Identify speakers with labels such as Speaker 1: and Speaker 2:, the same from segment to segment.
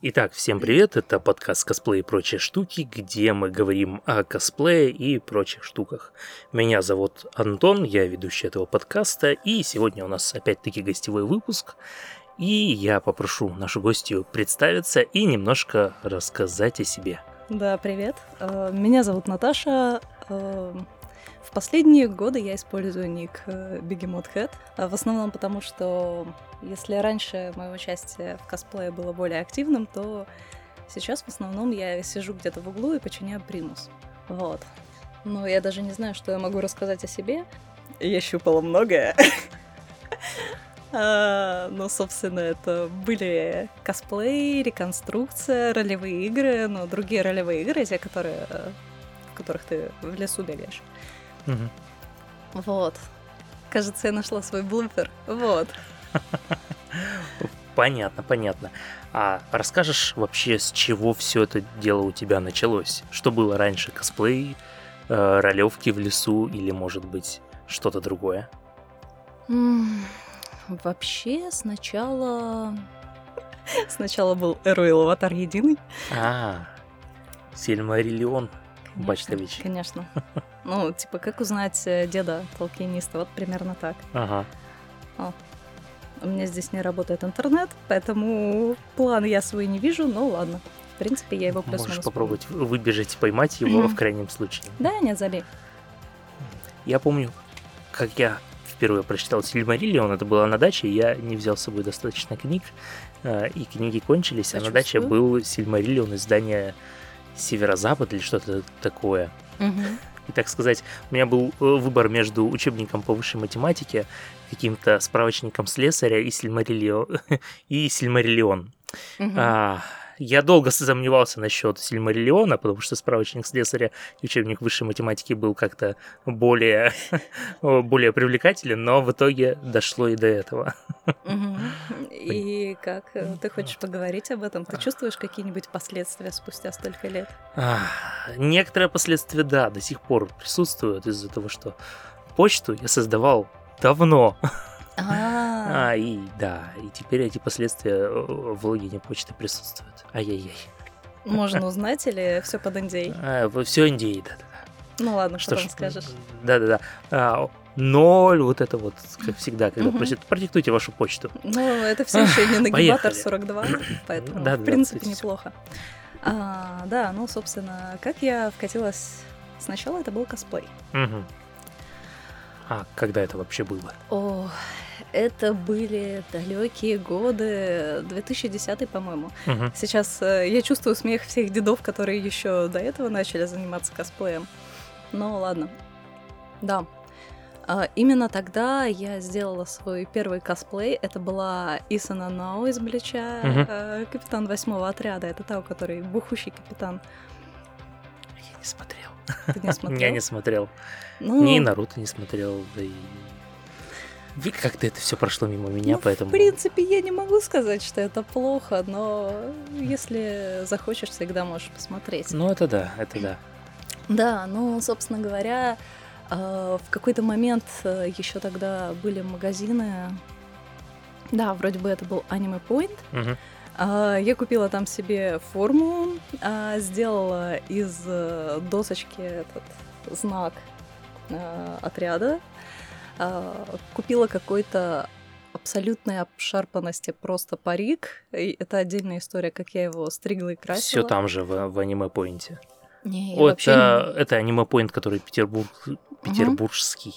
Speaker 1: Итак, всем привет, это подкаст «Косплей и прочие штуки», где мы говорим о косплее и прочих штуках. Меня зовут Антон, я ведущий этого подкаста, и сегодня у нас опять-таки гостевой выпуск. И я попрошу нашу гостью представиться и немножко рассказать о себе.
Speaker 2: Да, привет. Меня зовут Наташа. В последние годы я использую ник Begemot Head, в основном потому, что если раньше мое участие в косплее было более активным, то сейчас в основном я сижу где-то в углу и починяю примус. Вот. Но я даже не знаю, что я могу рассказать о себе. Я щупала многое. Ну, собственно, это были косплей, реконструкция, ролевые игры, но другие ролевые игры, те, в которых ты в лесу бегаешь. Вот. Кажется, я нашла свой блупер. Вот.
Speaker 1: Понятно. А расскажешь вообще, с чего все это дело у тебя началось? Что было раньше? Косплей, ролевки в лесу или, может быть, что-то другое?
Speaker 2: Вообще, сначала был Эруил Аватар Единый.
Speaker 1: Сильмариллион Бачтович.
Speaker 2: Конечно. Ну, типа, как узнать деда толкиниста? Вот примерно так.
Speaker 1: Ага.
Speaker 2: У меня здесь не работает интернет, поэтому план я свой не вижу, но ладно. В принципе, я его плюс-минус
Speaker 1: Можешь попробовать выбежать и поймать его в крайнем случае.
Speaker 2: Да, нет, забей.
Speaker 1: Я помню, как я впервые прочитал Сильмариллион, это было на даче, я не взял с собой достаточно книг, и книги кончились, а на даче был Сильмариллион издания Северо-Запад или что-то такое. И, так сказать, у меня был выбор между учебником по высшей математике, каким-то справочником слесаря и Сильмариллион. Я долго сомневался насчет Сильмариллиона, потому что справочник слесаря и учебник высшей математики был как-то более привлекателен, но в итоге дошло и до этого.
Speaker 2: И как? Ты хочешь поговорить об этом? Ты чувствуешь какие-нибудь последствия спустя столько лет?
Speaker 1: Некоторые последствия, да, до сих пор присутствуют из-за того, что почту я создавал давно. И теперь эти последствия в логине почты присутствуют. Ай-яй-яй.
Speaker 2: Можно узнать или все под NDA?
Speaker 1: Все NDA, да.
Speaker 2: Ну ладно, что потом скажешь.
Speaker 1: Да. 0, вот это вот, как всегда, когда просят, продиктуйте вашу почту.
Speaker 2: Ну, это все еще не нагибатор 42, поэтому, в принципе, неплохо. Да, ну, собственно, как я вкатилась сначала, это был косплей.
Speaker 1: А когда это вообще было?
Speaker 2: Это были далекие годы, 2010, по-моему. Сейчас я чувствую смех всех дедов, которые еще до этого начали заниматься косплеем. Но ладно. Да. Именно тогда я сделала свой первый косплей. Это была Исана Нао из Блича, капитан 8-го отряда. Это та, у которой бухущий капитан.
Speaker 1: Я не смотрел.
Speaker 2: Ты не смотрел?
Speaker 1: Я не смотрел. Ни Наруто не смотрел, да и... Как-то это все прошло мимо меня, поэтому...
Speaker 2: В принципе, я не могу сказать, что это плохо, но если захочешь, всегда можешь посмотреть.
Speaker 1: Ну, это да.
Speaker 2: Да, ну, собственно говоря, в какой-то момент еще тогда были магазины. Да, вроде бы это был Anime Point. Я купила там себе форму, сделала из досочки этот знак отряда, купила какой-то абсолютной обшарпанности просто парик. И это отдельная история, как я его стригла и красила.
Speaker 1: Все там же в аниме-поинте.
Speaker 2: Это
Speaker 1: аниме-поинт, который петербургский.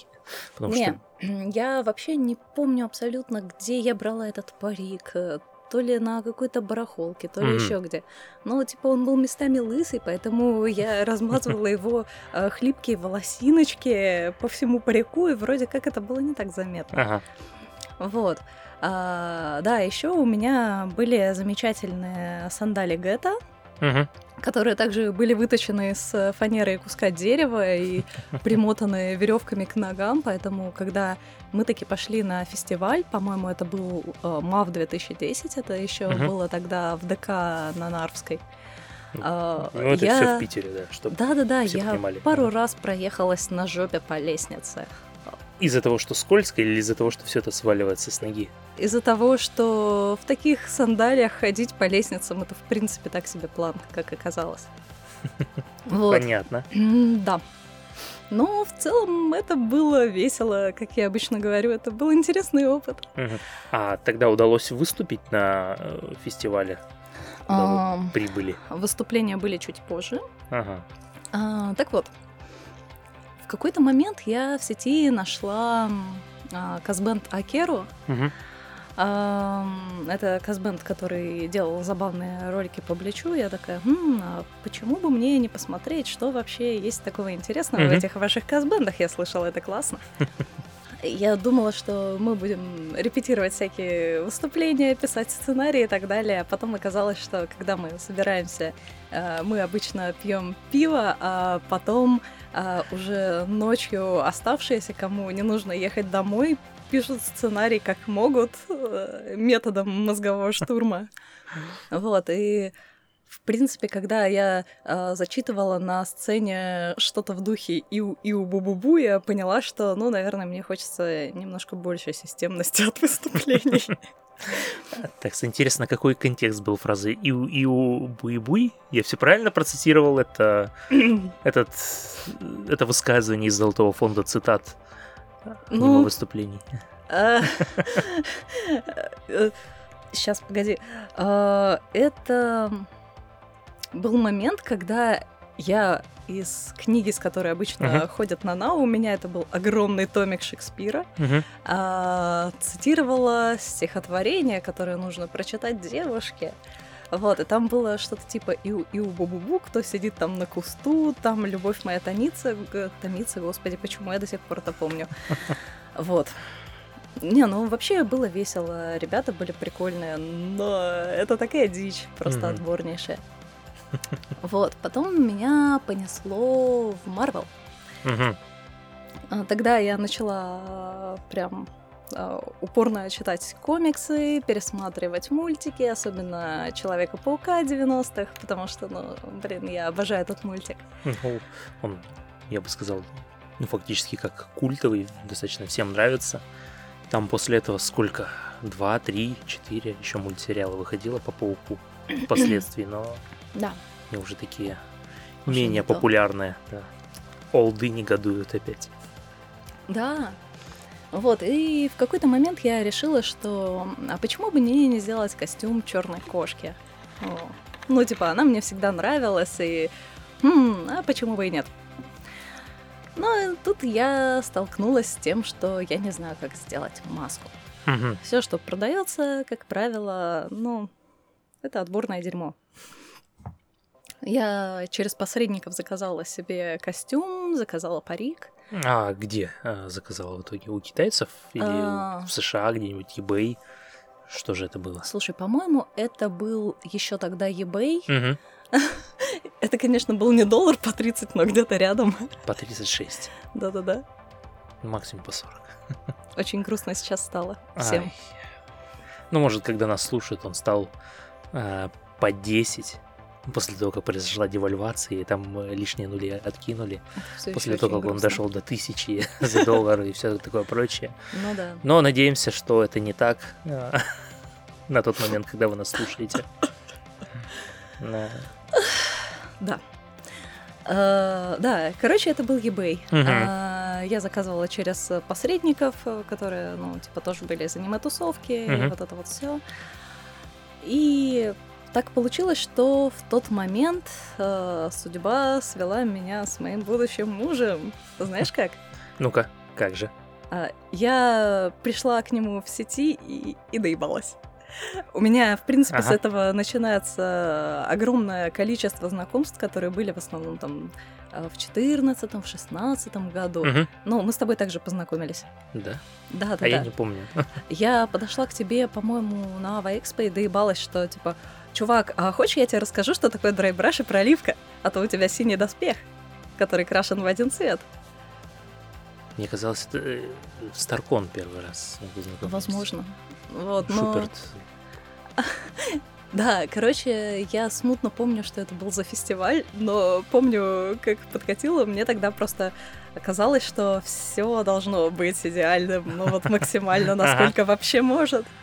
Speaker 2: Я вообще не помню абсолютно, где я брала этот парик. То ли на какой-то барахолке, то ли еще где. Но, типа, он был местами лысый, поэтому я размазывала его хлипкие волосиночки по всему парику, и вроде как это было не так заметно. Вот. Да, еще у меня были замечательные сандали Гетта, которые также были выточены из фанеры и куска дерева и примотаны веревками к ногам, поэтому когда мы таки пошли на фестиваль, по-моему, это был МАВ 2010, это еще было тогда в ДК на Нарвской.
Speaker 1: Это все в Питере, да?
Speaker 2: Да, я пару раз проехалась на жопе по лестнице.
Speaker 1: Из-за того, что скользко, или из-за того, что все это сваливается с ноги?
Speaker 2: из-за того, что в таких сандалиях ходить по лестницам — это, в принципе, так себе план, как оказалось.
Speaker 1: Понятно.
Speaker 2: Да. Но в целом это было весело, как я обычно говорю, это был интересный опыт.
Speaker 1: А тогда удалось выступить на фестивале? Куда вы прибыли?
Speaker 2: Выступления были чуть позже. Так вот, в какой-то момент я в сети нашла казбенд Акеру. Это казбенд, который делал забавные ролики по Бличу. Я такая, а почему бы мне не посмотреть, что вообще есть такого интересного в этих ваших казбендах? Я слышала, это классно. Я думала, что мы будем репетировать всякие выступления, писать сценарии и так далее. А потом оказалось, что когда мы собираемся, мы обычно пьем пиво, а потом уже ночью оставшиеся, кому не нужно ехать домой, пишут сценарий как могут, методом мозгового штурма. Вот, и в принципе, когда я зачитывала на сцене что-то в духе «Иу-иу-бу-бу-бу», я поняла, что, наверное, мне хочется немножко большей системности от выступлений.
Speaker 1: Так, интересно, какой контекст был фразы «Иу-иу-буй-буй»? Я все правильно процитировал это высказывание из Золотого фонда цитат мимо выступлений?
Speaker 2: Сейчас, погоди. Это был момент, когда я из книги, с которой обычно ходят на НАУ, у меня это был огромный томик Шекспира, цитировала стихотворение, которое нужно прочитать девушке. Вот, и там было что-то типа «Иу-иу-бу-бу-бу», кто сидит там на кусту, там «Любовь моя томится», господи, почему я до сих пор это помню. Вот. Вообще было весело, ребята были прикольные, но это такая дичь, просто отборнейшая. Вот, потом меня понесло в Марвел. Тогда я начала прям упорно читать комиксы, пересматривать мультики, особенно Человека-паука 90-х, потому что, я обожаю этот мультик.
Speaker 1: Он, я бы сказал, фактически как культовый, достаточно всем нравится. Там после этого сколько? 2, 3, 4 еще мультсериала выходило по Пауку впоследствии, но
Speaker 2: да.
Speaker 1: они уже такие менее популярные. Да. Олды негодуют опять.
Speaker 2: Да. Вот, и в какой-то момент я решила, что а почему бы мне не сделать костюм черной кошки? Она мне всегда нравилась, и а почему бы и нет? Но тут я столкнулась с тем, что я не знаю, как сделать маску. Все, что продается, как правило, это отборное дерьмо. Я через посредников заказала себе костюм, заказала парик.
Speaker 1: А где заказала в итоге? У китайцев или в США где-нибудь eBay? Что же это было?
Speaker 2: Слушай, по-моему, это был еще тогда eBay. Это, конечно, был не $1 по 30, но где-то рядом.
Speaker 1: По 36.
Speaker 2: Да-да-да.
Speaker 1: Максимум по 40.
Speaker 2: Очень грустно сейчас стало всем.
Speaker 1: Может, когда нас слушают, он стал по 10. После того, как произошла девальвация, и там лишние нули откинули. После того, как он дошел до 1000 за $1 и все такое прочее.
Speaker 2: Да.
Speaker 1: Но надеемся, что это не так на тот момент, когда вы нас слушаете.
Speaker 2: Да. Короче, это был eBay. Я заказывала через посредников, которые, тоже были из аниме-тусовки, и вот это вот все. И так получилось, что в тот момент судьба свела меня с моим будущим мужем. Знаешь как?
Speaker 1: Ну-ка, как же?
Speaker 2: Я пришла к нему в сети и доебалась. У меня, в принципе, с этого начинается огромное количество знакомств, которые были в основном там в 14-м, в 16-м году. Но мы с тобой также познакомились.
Speaker 1: Да?
Speaker 2: Да.
Speaker 1: Я не помню.
Speaker 2: Я подошла к тебе, по-моему, на Ава-Экспо и доебалась, что типа: чувак, а хочешь, я тебе расскажу, что такое драйбраш и проливка? А то у тебя синий доспех, который крашен в один цвет.
Speaker 1: Мне казалось, это в Старкон первый раз мы познакомились.
Speaker 2: Возможно.
Speaker 1: Шуперт.
Speaker 2: Да, короче, я смутно помню, что это был за фестиваль, но помню, как подкатило, мне тогда просто оказалось, что все должно быть идеальным, максимально, насколько вообще может.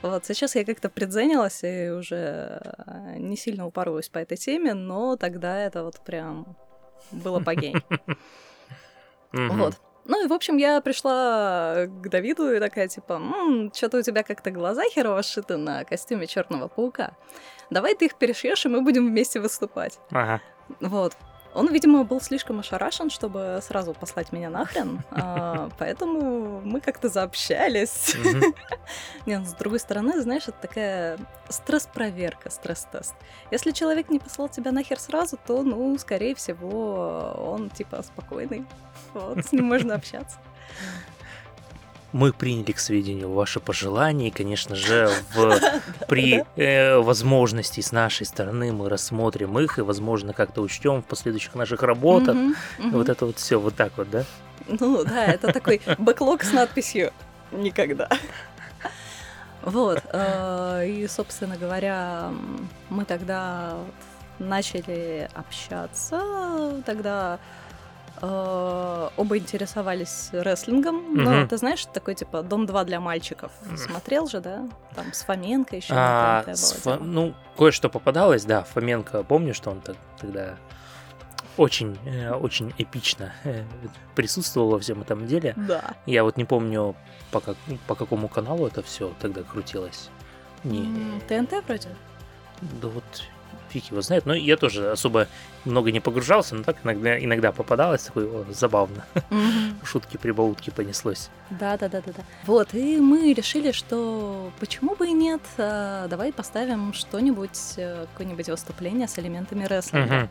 Speaker 2: Вот сейчас я как-то приценилась и уже не сильно упоролась по этой теме, но тогда это вот прям был апогей. Вот. Ну и, в общем, я пришла к Давиду и такая, типа, что-то у тебя как-то глаза херово сшиты на костюме Черного паука. Давай ты их перешьешь, и мы будем вместе выступать.
Speaker 1: Ага.
Speaker 2: Вот. Он, видимо, был слишком ошарашен, чтобы сразу послать меня нахрен, поэтому мы как-то заобщались. Нет, с другой стороны, знаешь, это такая стресс-проверка, стресс-тест. Если человек не послал тебя нахер сразу, то, ну, скорее всего, он, типа, спокойный. Вот, с ним можно общаться.
Speaker 1: Мы приняли к сведению ваши пожелания, и, конечно же, при возможности с нашей стороны мы рассмотрим их и, возможно, как-то учтем в последующих наших работах. Вот это вот все вот так вот, да?
Speaker 2: Ну да, это такой бэклог с надписью «Никогда». Вот, и, собственно говоря, мы тогда начали общаться, тогда оба интересовались рестлингом. Но ты знаешь, такой типа «Дом-2» для мальчиков. Смотрел же, да? Там с Фоменко еще.
Speaker 1: Ну, кое-что попадалось, да. Фоменко, помню, что он тогда очень эпично присутствовал во всем этом деле.
Speaker 2: Да.
Speaker 1: Я вот не помню, по какому каналу это все тогда крутилось.
Speaker 2: ТНТ вроде?
Speaker 1: Да вот фиг его знает. Но я тоже особо много не погружался, но так иногда попадалось, такое забавно. Шутки-прибаутки понеслось.
Speaker 2: Да. Вот, и мы решили, что почему бы и нет, давай поставим что-нибудь, какое-нибудь выступление с элементами рестлинга.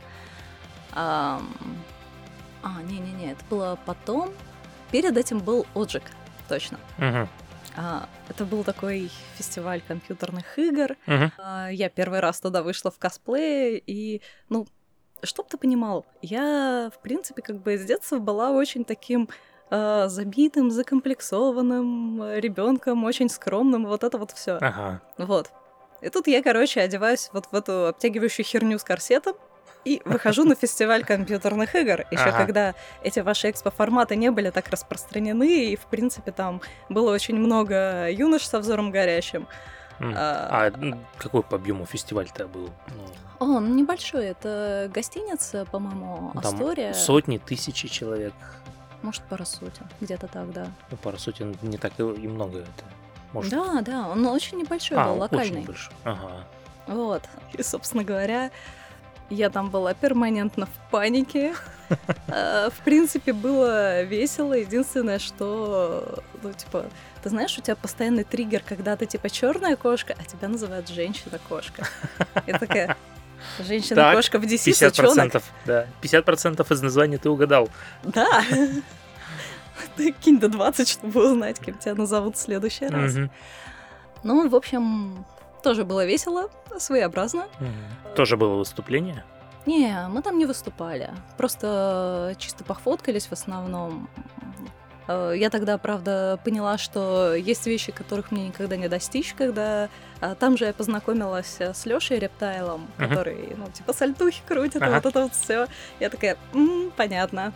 Speaker 2: Не, это было потом. Перед этим был Отжиг, точно. Это был такой фестиваль компьютерных игр. Я первый раз туда вышла в косплее, и, ну, чтоб ты понимал, я, в принципе, как бы с детства была очень таким забитым, закомплексованным ребенком, очень скромным, вот это вот все. Вот. И тут я, короче, одеваюсь вот в эту обтягивающую херню с корсетом и выхожу на фестиваль компьютерных игр. Еще когда эти ваши экспо-форматы не были так распространены, и, в принципе, там было очень много юнош со взором горящим.
Speaker 1: Какой по объему фестиваль-то был?
Speaker 2: Он небольшой. Это гостиница, по-моему, Астория.
Speaker 1: Сотни, тысячи человек.
Speaker 2: Может, пара сотен. Где-то так, да.
Speaker 1: Ну, пара сотен не так и много это. Может...
Speaker 2: Да, он очень небольшой был, локальный.
Speaker 1: Очень большой.
Speaker 2: Вот. И, собственно говоря, я там была перманентно в панике. В принципе, было весело. Единственное, что, ну, типа, ты знаешь, у тебя постоянный триггер, когда ты, типа, черная кошка, а тебя называют женщина-кошка. Я такая, женщина-кошка в DC,
Speaker 1: 50%, да. 50% из названия ты угадал.
Speaker 2: Да. Ты кинь до 20, чтобы узнать, кем тебя назовут в следующий раз. Ну, в общем, тоже было весело, своеобразно.
Speaker 1: Тоже было выступление?
Speaker 2: Не, мы там не выступали. Просто чисто пофоткались в основном. Я тогда, правда, поняла, что есть вещи, которых мне никогда не достичь, когда... Там же я познакомилась с Лёшей Рептайлом, который, ну, типа, сальтухи крутит, и вот это вот все. Я такая, понятно.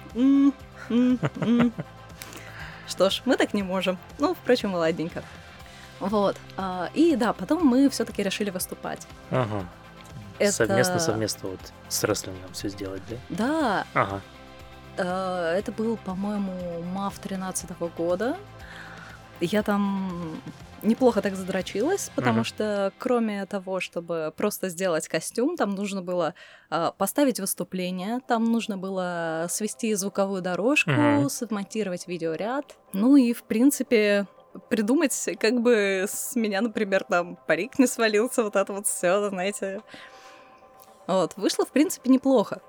Speaker 2: Что ж, мы так не можем. Ну, впрочем, ладненько. Вот. И да, потом мы все-таки решили выступать.
Speaker 1: Совместно вот с рестлингом все сделать, да?
Speaker 2: Да. Это был, по-моему, мав 13-го года. Я там неплохо так задрочилась, потому что кроме того, чтобы просто сделать костюм, там нужно было поставить выступление, там нужно было свести звуковую дорожку, смонтировать видеоряд. Ну и, в принципе, придумать, как бы с меня, например, там парик не свалился, вот это вот все, знаете. Вот, вышло, в принципе, неплохо.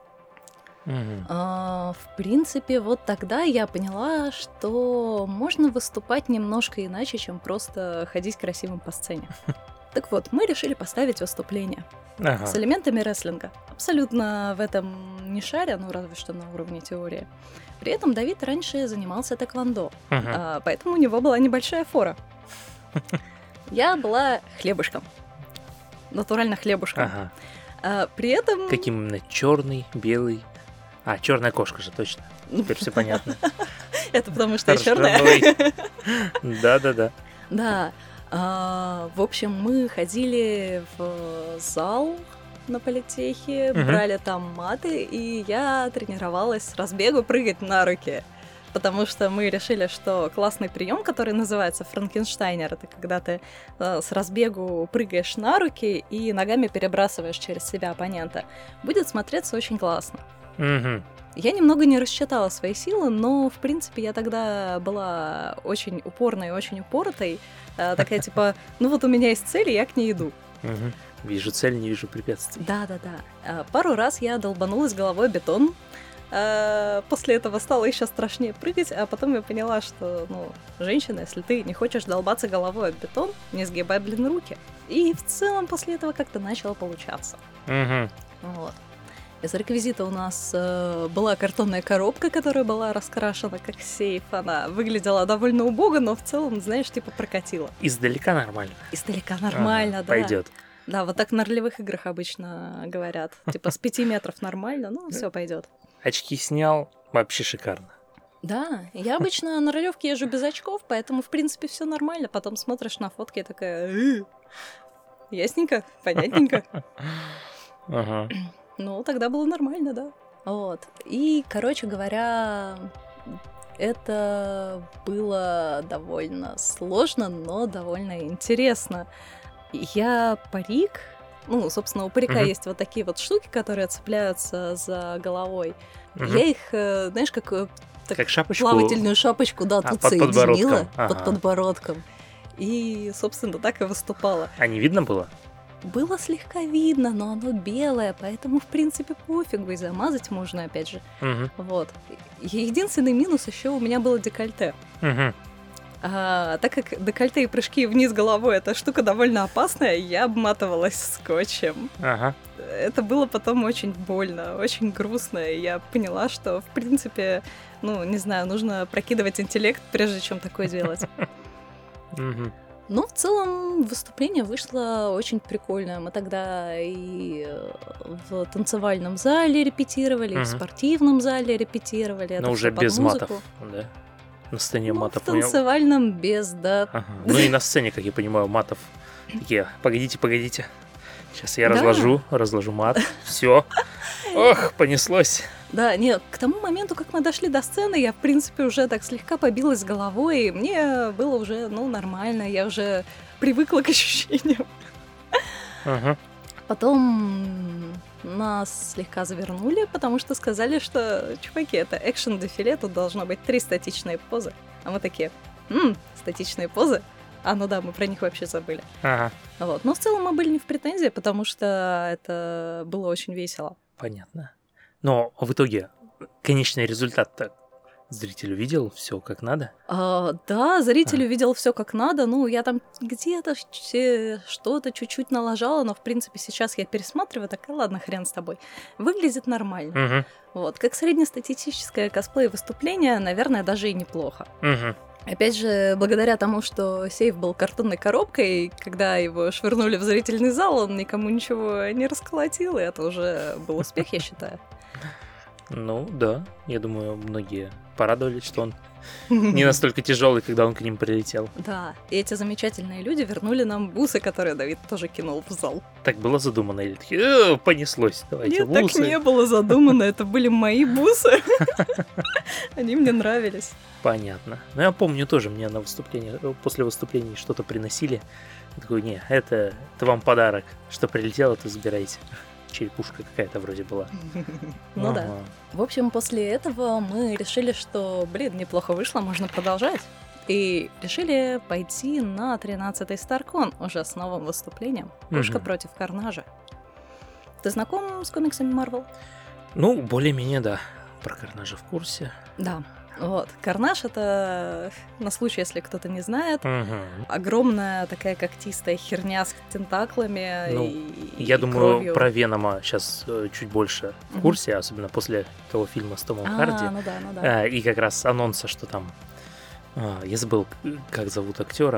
Speaker 2: В принципе, вот тогда я поняла, что можно выступать немножко иначе, чем просто ходить красивым по сцене. Так вот, мы решили поставить выступление с элементами рестлинга. Абсолютно в этом не шаря, ну разве что на уровне теории. При этом Давид раньше занимался тэквондо, поэтому у него была небольшая фора. Я была хлебушком. Натурально хлебушком. При этом...
Speaker 1: Каким именно? Черный, белый? Черная кошка же, точно. Теперь все понятно.
Speaker 2: Это потому что я черная.
Speaker 1: Да.
Speaker 2: Да. В общем, мы ходили в зал на политехе, брали там маты, и я тренировалась с разбегу прыгать на руки. Потому что мы решили, что классный прием, который называется Франкенштайнер, это когда ты с разбегу прыгаешь на руки и ногами перебрасываешь через себя оппонента, будет смотреться очень классно. Я немного не рассчитала свои силы, но, в принципе, я тогда была очень упорной, очень упоротой. Такая типа, ну вот у меня есть цель, и я к ней иду.
Speaker 1: Вижу цель, не вижу препятствий.
Speaker 2: Да. Пару раз я долбанулась головой о бетон. После этого стало еще страшнее прыгать, а потом я поняла, что, женщина, если ты не хочешь долбаться головой об бетон, не сгибай, руки. И в целом после этого как-то начало получаться. Вот. Из реквизита у нас была картонная коробка, которая была раскрашена как сейф. Она выглядела довольно убого, но в целом, знаешь, типа прокатила.
Speaker 1: Издалека нормально.
Speaker 2: Издалека нормально, да.
Speaker 1: Пойдет.
Speaker 2: Да, вот так на ролевых играх обычно говорят. Типа с 5 метров нормально, все пойдет.
Speaker 1: Очки снял, вообще шикарно.
Speaker 2: Да, я обычно на ролевке езжу без очков, поэтому, в принципе, все нормально. Потом смотришь на фотки и такая... Ясненько, понятненько.
Speaker 1: Ага.
Speaker 2: Ну, тогда было нормально, да. Вот. И, короче говоря, это было довольно сложно, но довольно интересно. Я парик... собственно, у парика есть вот такие вот штуки, которые цепляются за головой. Я их, знаешь, как
Speaker 1: шапочку?
Speaker 2: Плавательную шапочку, да, тут
Speaker 1: под
Speaker 2: соединила
Speaker 1: подбородком.
Speaker 2: под подбородком. И, собственно, так и выступала.
Speaker 1: А не видно было?
Speaker 2: Было слегка видно, но оно белое, поэтому, в принципе, пофигу, и замазать можно, опять же. Вот. Единственный минус еще у меня было декольте. Так как декольте и прыжки вниз головой эта штука довольно опасная, я обматывалась скотчем. Это было потом очень больно, очень грустно, и я поняла, что, в принципе, не знаю, нужно прокидывать интеллект, прежде чем такое делать. Но в целом выступление вышло очень прикольное. Мы тогда и в танцевальном зале репетировали, и в спортивном зале репетировали.
Speaker 1: Но уже без матов, да? На сцене матов.
Speaker 2: В танцевальном без, да.
Speaker 1: Ну и на сцене, как я понимаю, матов. Такие, погодите. Сейчас я разложу мат. Все. Ох, понеслось.
Speaker 2: Да, нет, к тому моменту, как мы дошли до сцены, я, в принципе, уже так слегка побилась головой, и мне было уже, нормально, я уже привыкла к ощущениям. Потом нас слегка завернули, потому что сказали, что, чуваки, это экшен-дефиле, тут должно быть 3 статичные позы. А мы такие, статичные позы? Да, мы про них вообще забыли. Вот. Но в целом мы были не в претензии, потому что это было очень весело.
Speaker 1: Понятно. Но в итоге конечный результат-то зритель увидел все как надо?
Speaker 2: Да, зритель увидел все как надо. Я там где-то что-то чуть-чуть налажала, но в принципе сейчас я пересматриваю, такая, ладно, хрен с тобой. Выглядит нормально. Вот, как среднестатистическое косплей-выступление, наверное, даже и неплохо. Опять же, благодаря тому, что сейф был картонной коробкой, когда его швырнули в зрительный зал, он никому ничего не расколотил, и это уже был успех, я считаю.
Speaker 1: Да, я думаю, многие порадовались, что он не настолько тяжелый, когда он к ним прилетел.
Speaker 2: Да, и эти замечательные люди вернули нам бусы, которые Давид тоже кинул в зал.
Speaker 1: Так было задумано? Или такие, понеслось, давайте бусы?
Speaker 2: Нет, так не было задумано, это были мои бусы. Они мне нравились.
Speaker 1: Понятно. Я помню тоже, мне на выступление, после выступлений что-то приносили. Я такой, это вам подарок. Что прилетело, то забирайте. Черепушка какая-то вроде была.
Speaker 2: Да. В общем, после этого мы решили, что, неплохо вышло, можно продолжать. И решили пойти на 13-й Старкон уже с новым выступлением. Пушка против Карнажа. Ты знаком с комиксами Марвел?
Speaker 1: Более-менее, да. Про Карнажа в курсе.
Speaker 2: Да. Вот. Карнаж — это, на случай, если кто-то не знает, огромная такая когтистая херня с тентаклами и
Speaker 1: я думаю,
Speaker 2: кровью.
Speaker 1: Про Венома сейчас чуть больше в курсе, особенно после того фильма с Томом Харди.
Speaker 2: Да.
Speaker 1: И как раз анонса, что там... я забыл, как зовут актера,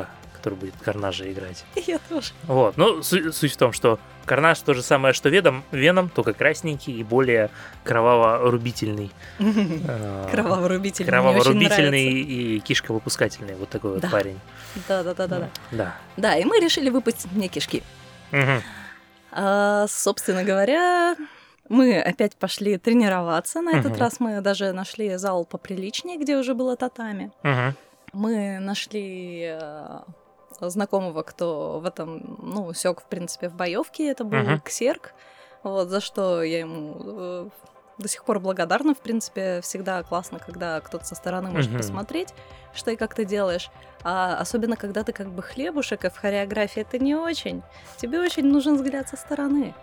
Speaker 1: который будет Карнажа играть.
Speaker 2: Я тоже.
Speaker 1: Вот, ну, суть в том, что Карнаж то же самое, что Веном, только красненький и более кроваво-рубительный.
Speaker 2: Кроваво-рубительный,
Speaker 1: Кроваво-рубительный и кишковыпускательный, вот такой вот парень.
Speaker 2: Да. Да, и мы решили выпустить мне кишки. Собственно говоря, мы опять пошли тренироваться. На этот раз мы даже нашли зал поприличнее, где уже было татами. Мы нашли знакомого, кто в этом, сёк, в принципе, в боевке. Это был Ксерк, вот, за что я ему до сих пор благодарна. В принципе, всегда классно, когда кто-то со стороны может посмотреть, что и как ты делаешь. А особенно, когда ты как бы хлебушек, и в хореографии это не очень. Тебе очень нужен взгляд со стороны.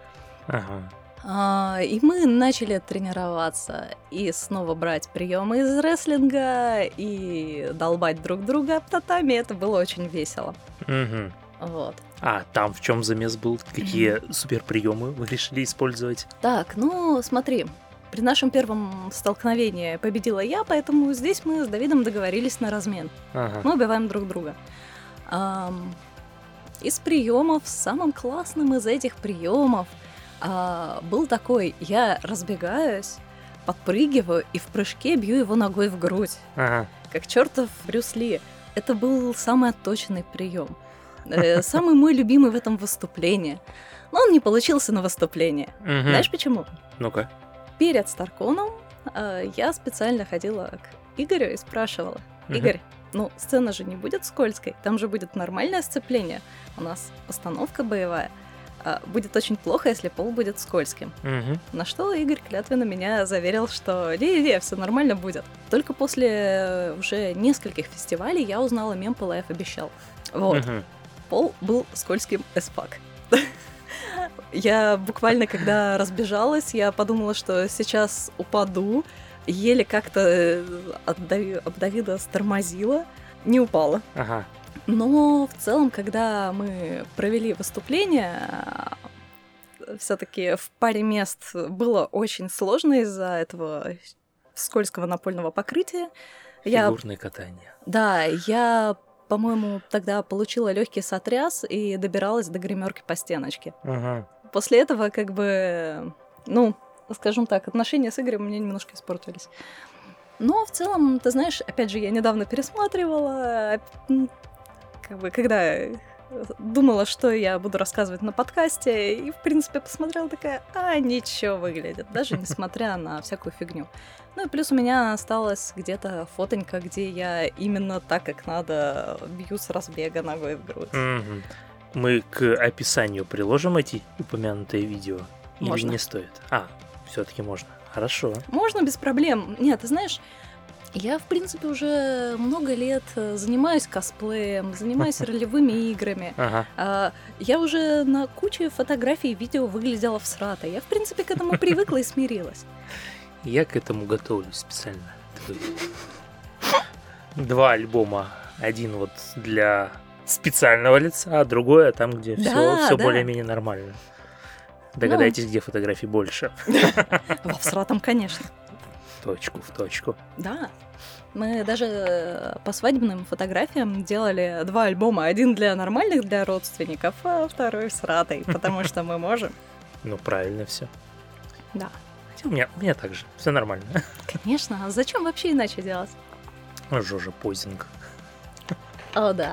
Speaker 2: И мы начали тренироваться и снова брать приемы из рестлинга и долбать друг друга об татами. Это было очень весело. Вот.
Speaker 1: А там в чем замес был? Какие суперприемы вы решили использовать?
Speaker 2: Так, смотри. При нашем первом столкновении победила я, поэтому здесь мы с Давидом договорились на размен. Мы убиваем друг друга. Из приемов, самым классным из этих приемов был такой: я разбегаюсь, подпрыгиваю и в прыжке бью его ногой в грудь. Как чертов Брюс Ли. Это был самый отточенный прием. Самый мой любимый в этом выступлении. Но он не получился на выступление. Знаешь почему?
Speaker 1: Ну-ка.
Speaker 2: Перед Старконом я специально ходила к Игорю и спрашивала: Игорь, сцена же не будет скользкой, там же будет нормальное сцепление. У нас постановка боевая. Будет очень плохо, если пол будет скользким. На что Игорь клятвенно меня заверил, что все нормально будет. Только после уже нескольких фестивалей я узнала мем «Пылаев обещал». Вот. Пол был скользким as fuck. Я буквально, когда разбежалась, я подумала, что сейчас упаду. Еле как-то от Давида стормозила. Не упала. Но в целом, когда мы провели выступление, все-таки в паре мест было очень сложно из-за этого скользкого напольного покрытия.
Speaker 1: Фигурное катание.
Speaker 2: Да, я, по-моему, тогда получила легкий сотряс и добиралась до гримерки по стеночке. После этого, как бы, скажем так, отношения с Игорем у меня немножко испортились. Но в целом, ты знаешь, опять же, я недавно пересматривала, когда думала, что я буду рассказывать на подкасте, и, в принципе, посмотрела такая: ничего выглядит, даже несмотря на всякую фигню. И плюс у меня осталась где-то фотонька, где я именно так, как надо, бью с разбега ногой в грудь.
Speaker 1: Мы к описанию приложим эти упомянутые видео?
Speaker 2: Можно.
Speaker 1: Или не стоит? Все-таки можно. Хорошо.
Speaker 2: Можно, без проблем. Нет, ты знаешь, я, в принципе, уже много лет занимаюсь косплеем, занимаюсь ролевыми играми. Я уже на куче фотографий и видео выглядела всратой. Я, в принципе, к этому привыкла и смирилась.
Speaker 1: Я к этому готовлюсь специально. 2 альбома. Один вот для специального лица, а другое там, где все более-менее нормально. Догадайтесь, где фотографий больше.
Speaker 2: Во всратом, конечно.
Speaker 1: В точку.
Speaker 2: Да. Мы даже по свадебным фотографиям делали 2 альбома. Один для нормальных, для родственников, а второй всратый, потому что мы можем.
Speaker 1: Правильно все.
Speaker 2: Да.
Speaker 1: У меня так же. Все нормально.
Speaker 2: Конечно. А зачем вообще иначе делать?
Speaker 1: Жожа Позинг.
Speaker 2: О, да.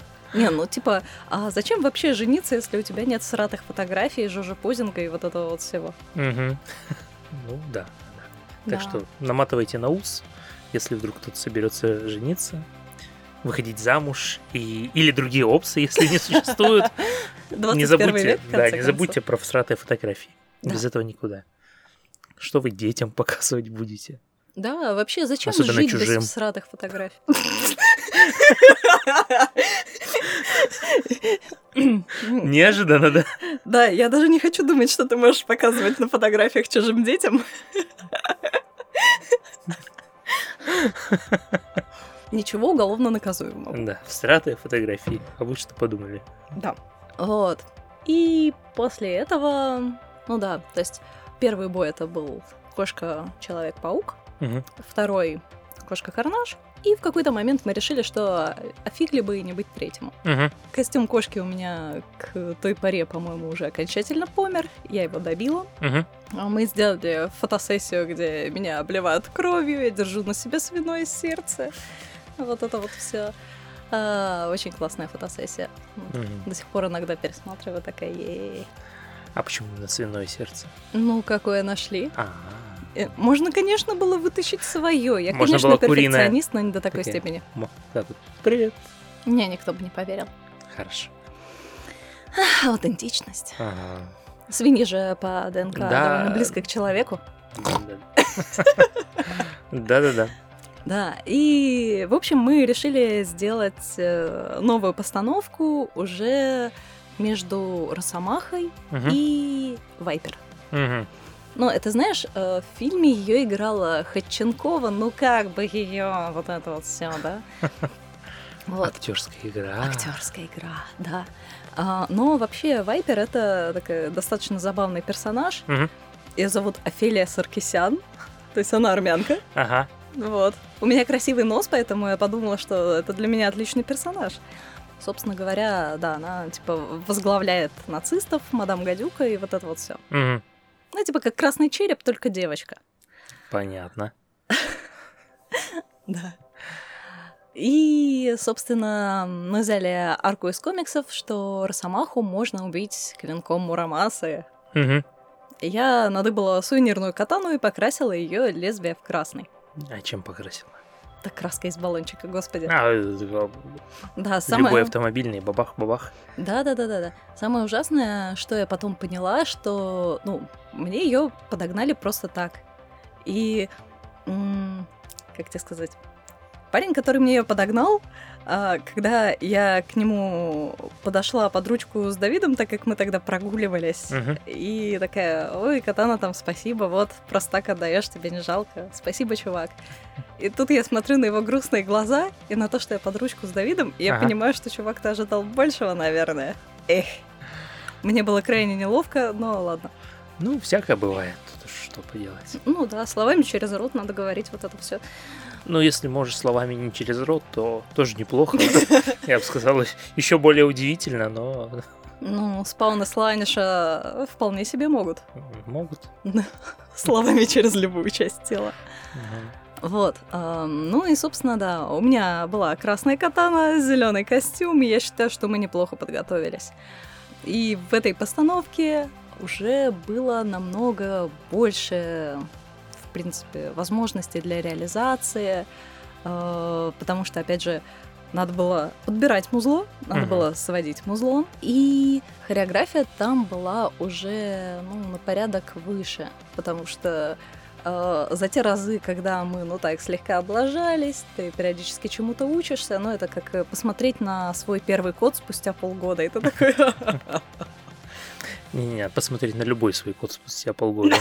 Speaker 2: А зачем вообще жениться, если у тебя нет сратых фотографий, Жожа Позинга и вот этого вот всего?
Speaker 1: Да. Так что наматывайте на ус, если вдруг кто-то соберется жениться, выходить замуж или другие опции, если не существуют. Не забудьте про всратые фотографии. Без этого никуда. Что вы детям показывать будете?
Speaker 2: Да, вообще, зачем
Speaker 1: особенно
Speaker 2: жить
Speaker 1: чужим.
Speaker 2: без всратых фотографий?
Speaker 1: Неожиданно, да?
Speaker 2: Да, я даже не хочу думать, что ты можешь показывать на фотографиях чужим детям. Ничего уголовно наказуемого.
Speaker 1: Да, всратые фотографии. А вы что подумали?
Speaker 2: Да. Вот. И после этого, то есть первый бой это был кошка-человек-паук, второй кошка-карнаж, И в какой-то момент мы решили, что фиг ли бы и не быть третьему. Костюм кошки у меня к той поре, по-моему, уже окончательно помер. Я его добила. Мы сделали фотосессию, где меня обливают кровью, я держу на себе свиное сердце. Вот это вот все. Очень классная фотосессия. До сих пор иногда пересматриваю, такая е-е-е.
Speaker 1: А почему на свиное сердце?
Speaker 2: Ну, какое нашли. Можно, конечно, было вытащить свое. Я,
Speaker 1: можно
Speaker 2: конечно, перфекционист, но не до такой степени.
Speaker 1: Так вот, привет.
Speaker 2: Мне никто бы не поверил.
Speaker 1: Хорошо.
Speaker 2: Аутентичность. Свиньи же по ДНК довольно близко к человеку.
Speaker 1: Да-да-да.
Speaker 2: Да, и, в общем, мы решили сделать новую постановку уже между Росомахой и Вайпер. Ну, это, знаешь, в фильме ее играла Ходченкова, ну как бы ее вот это вот все, да?
Speaker 1: Вот. Актерская игра.
Speaker 2: Актерская игра, да. Но вообще Вайпер — это такой достаточно забавный персонаж. Ее зовут Офелия Саркисян, то есть она армянка.
Speaker 1: Ага.
Speaker 2: Вот. У меня красивый нос, поэтому я подумала, что это для меня отличный персонаж. Собственно говоря, да, она типа возглавляет нацистов, мадам Гадюка и вот это вот все. Ну, типа как красный череп, только девочка.
Speaker 1: Понятно.
Speaker 2: Да. И, собственно, мы взяли арку из комиксов, что Росомаху можно убить клинком Мурамасы. Я надыбала сувенирную катану и покрасила ее лезвие в красный.
Speaker 1: А чем покрасила?
Speaker 2: Так краска из баллончика, господи.
Speaker 1: Да, любой автомобильный, бабах-бабах.
Speaker 2: Да. Самое ужасное, что я потом поняла, что, мне ее подогнали просто так. И, как тебе сказать, парень, который мне ее подогнал, когда я к нему подошла под ручку с Давидом, так как мы тогда прогуливались, и такая: ой, катана, там, спасибо, вот, просто так отдаешь, тебе не жалко, спасибо, чувак. И тут я смотрю на его грустные глаза и на то, что я под ручку с Давидом, и я понимаю, что чувак-то ожидал большего, наверное. Мне было крайне неловко, но ладно.
Speaker 1: Ну, всякое бывает, тут что поделать.
Speaker 2: Ну да, словами через рот надо говорить вот это все.
Speaker 1: Ну, если можешь словами не через рот, то тоже неплохо. Я бы сказал, еще более удивительно, но...
Speaker 2: Ну, Спаун и Слайниша вполне себе могут.
Speaker 1: Могут.
Speaker 2: Словами через любую часть тела. Вот. Ну и, собственно, да, у меня была красная катана, зеленый костюм, и я считаю, что мы неплохо подготовились. И в этой постановке уже было намного больше, в принципе, возможностей для реализации, потому что, опять же, надо было подбирать музло, надо было сводить музло, и хореография там была уже на порядок выше, потому что за те разы, когда мы, так, слегка облажались, ты периодически чему-то учишься, это как посмотреть на свой первый код спустя полгода, и ты такой...
Speaker 1: Не, посмотреть на любой свой код спустя полгода.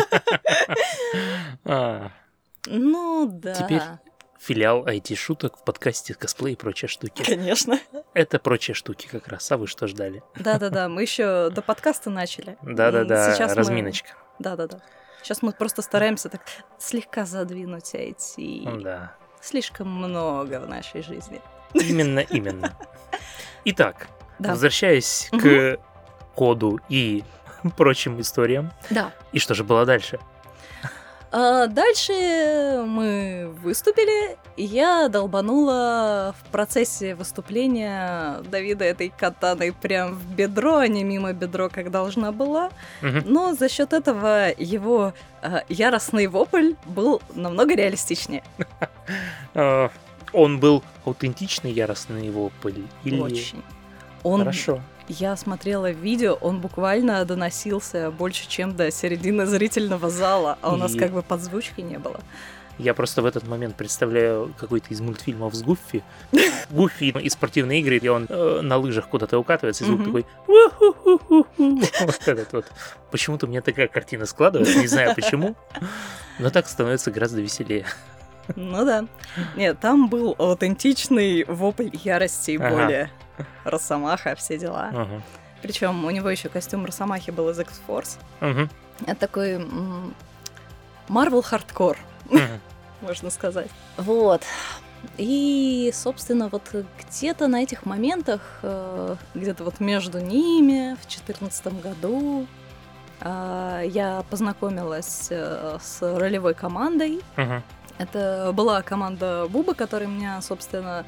Speaker 2: Ну, да.
Speaker 1: Теперь филиал IT-шуток в подкасте «Косплей и прочие штуки».
Speaker 2: Конечно.
Speaker 1: Это прочие штуки как раз, а вы что ждали?
Speaker 2: Да-да-да, мы еще до подкаста начали.
Speaker 1: Да-да-да, разминочка.
Speaker 2: Да-да-да. Сейчас мы просто стараемся так слегка задвинуть IT.
Speaker 1: Да.
Speaker 2: Слишком много в нашей жизни.
Speaker 1: Именно. Итак, возвращаясь к коду и прочим историям.
Speaker 2: Да.
Speaker 1: И что же было дальше?
Speaker 2: Дальше мы выступили, и я долбанула в процессе выступления Давида этой катаной прям в бедро, а не мимо бедро, как должна была. Но за счет этого его яростный вопль был намного реалистичнее.
Speaker 1: Он был аутентичный яростный вопль? Или...
Speaker 2: Очень.
Speaker 1: Хорошо.
Speaker 2: Я смотрела видео, он буквально доносился больше, чем до середины зрительного зала, а у нас как бы подзвучки не было.
Speaker 1: Я просто в этот момент представляю какой-то из мультфильмов с Гуффи. Гуффи из спортивной игры, и он на лыжах куда-то укатывается, и звук такой... Вот этот вот. Почему-то у меня такая картина складывается, не знаю почему, но так становится гораздо веселее.
Speaker 2: Ну да. Нет, там был аутентичный вопль ярости и боли. Росомаха, все дела. Причем у него еще костюм Росомахи был из X-Force. Это такой Marvel хардкор, можно сказать. Вот. И, собственно, вот где-то на этих моментах, где-то вот между ними, в 2014 году, я познакомилась с ролевой командой. Это была команда Буба, который меня, собственно,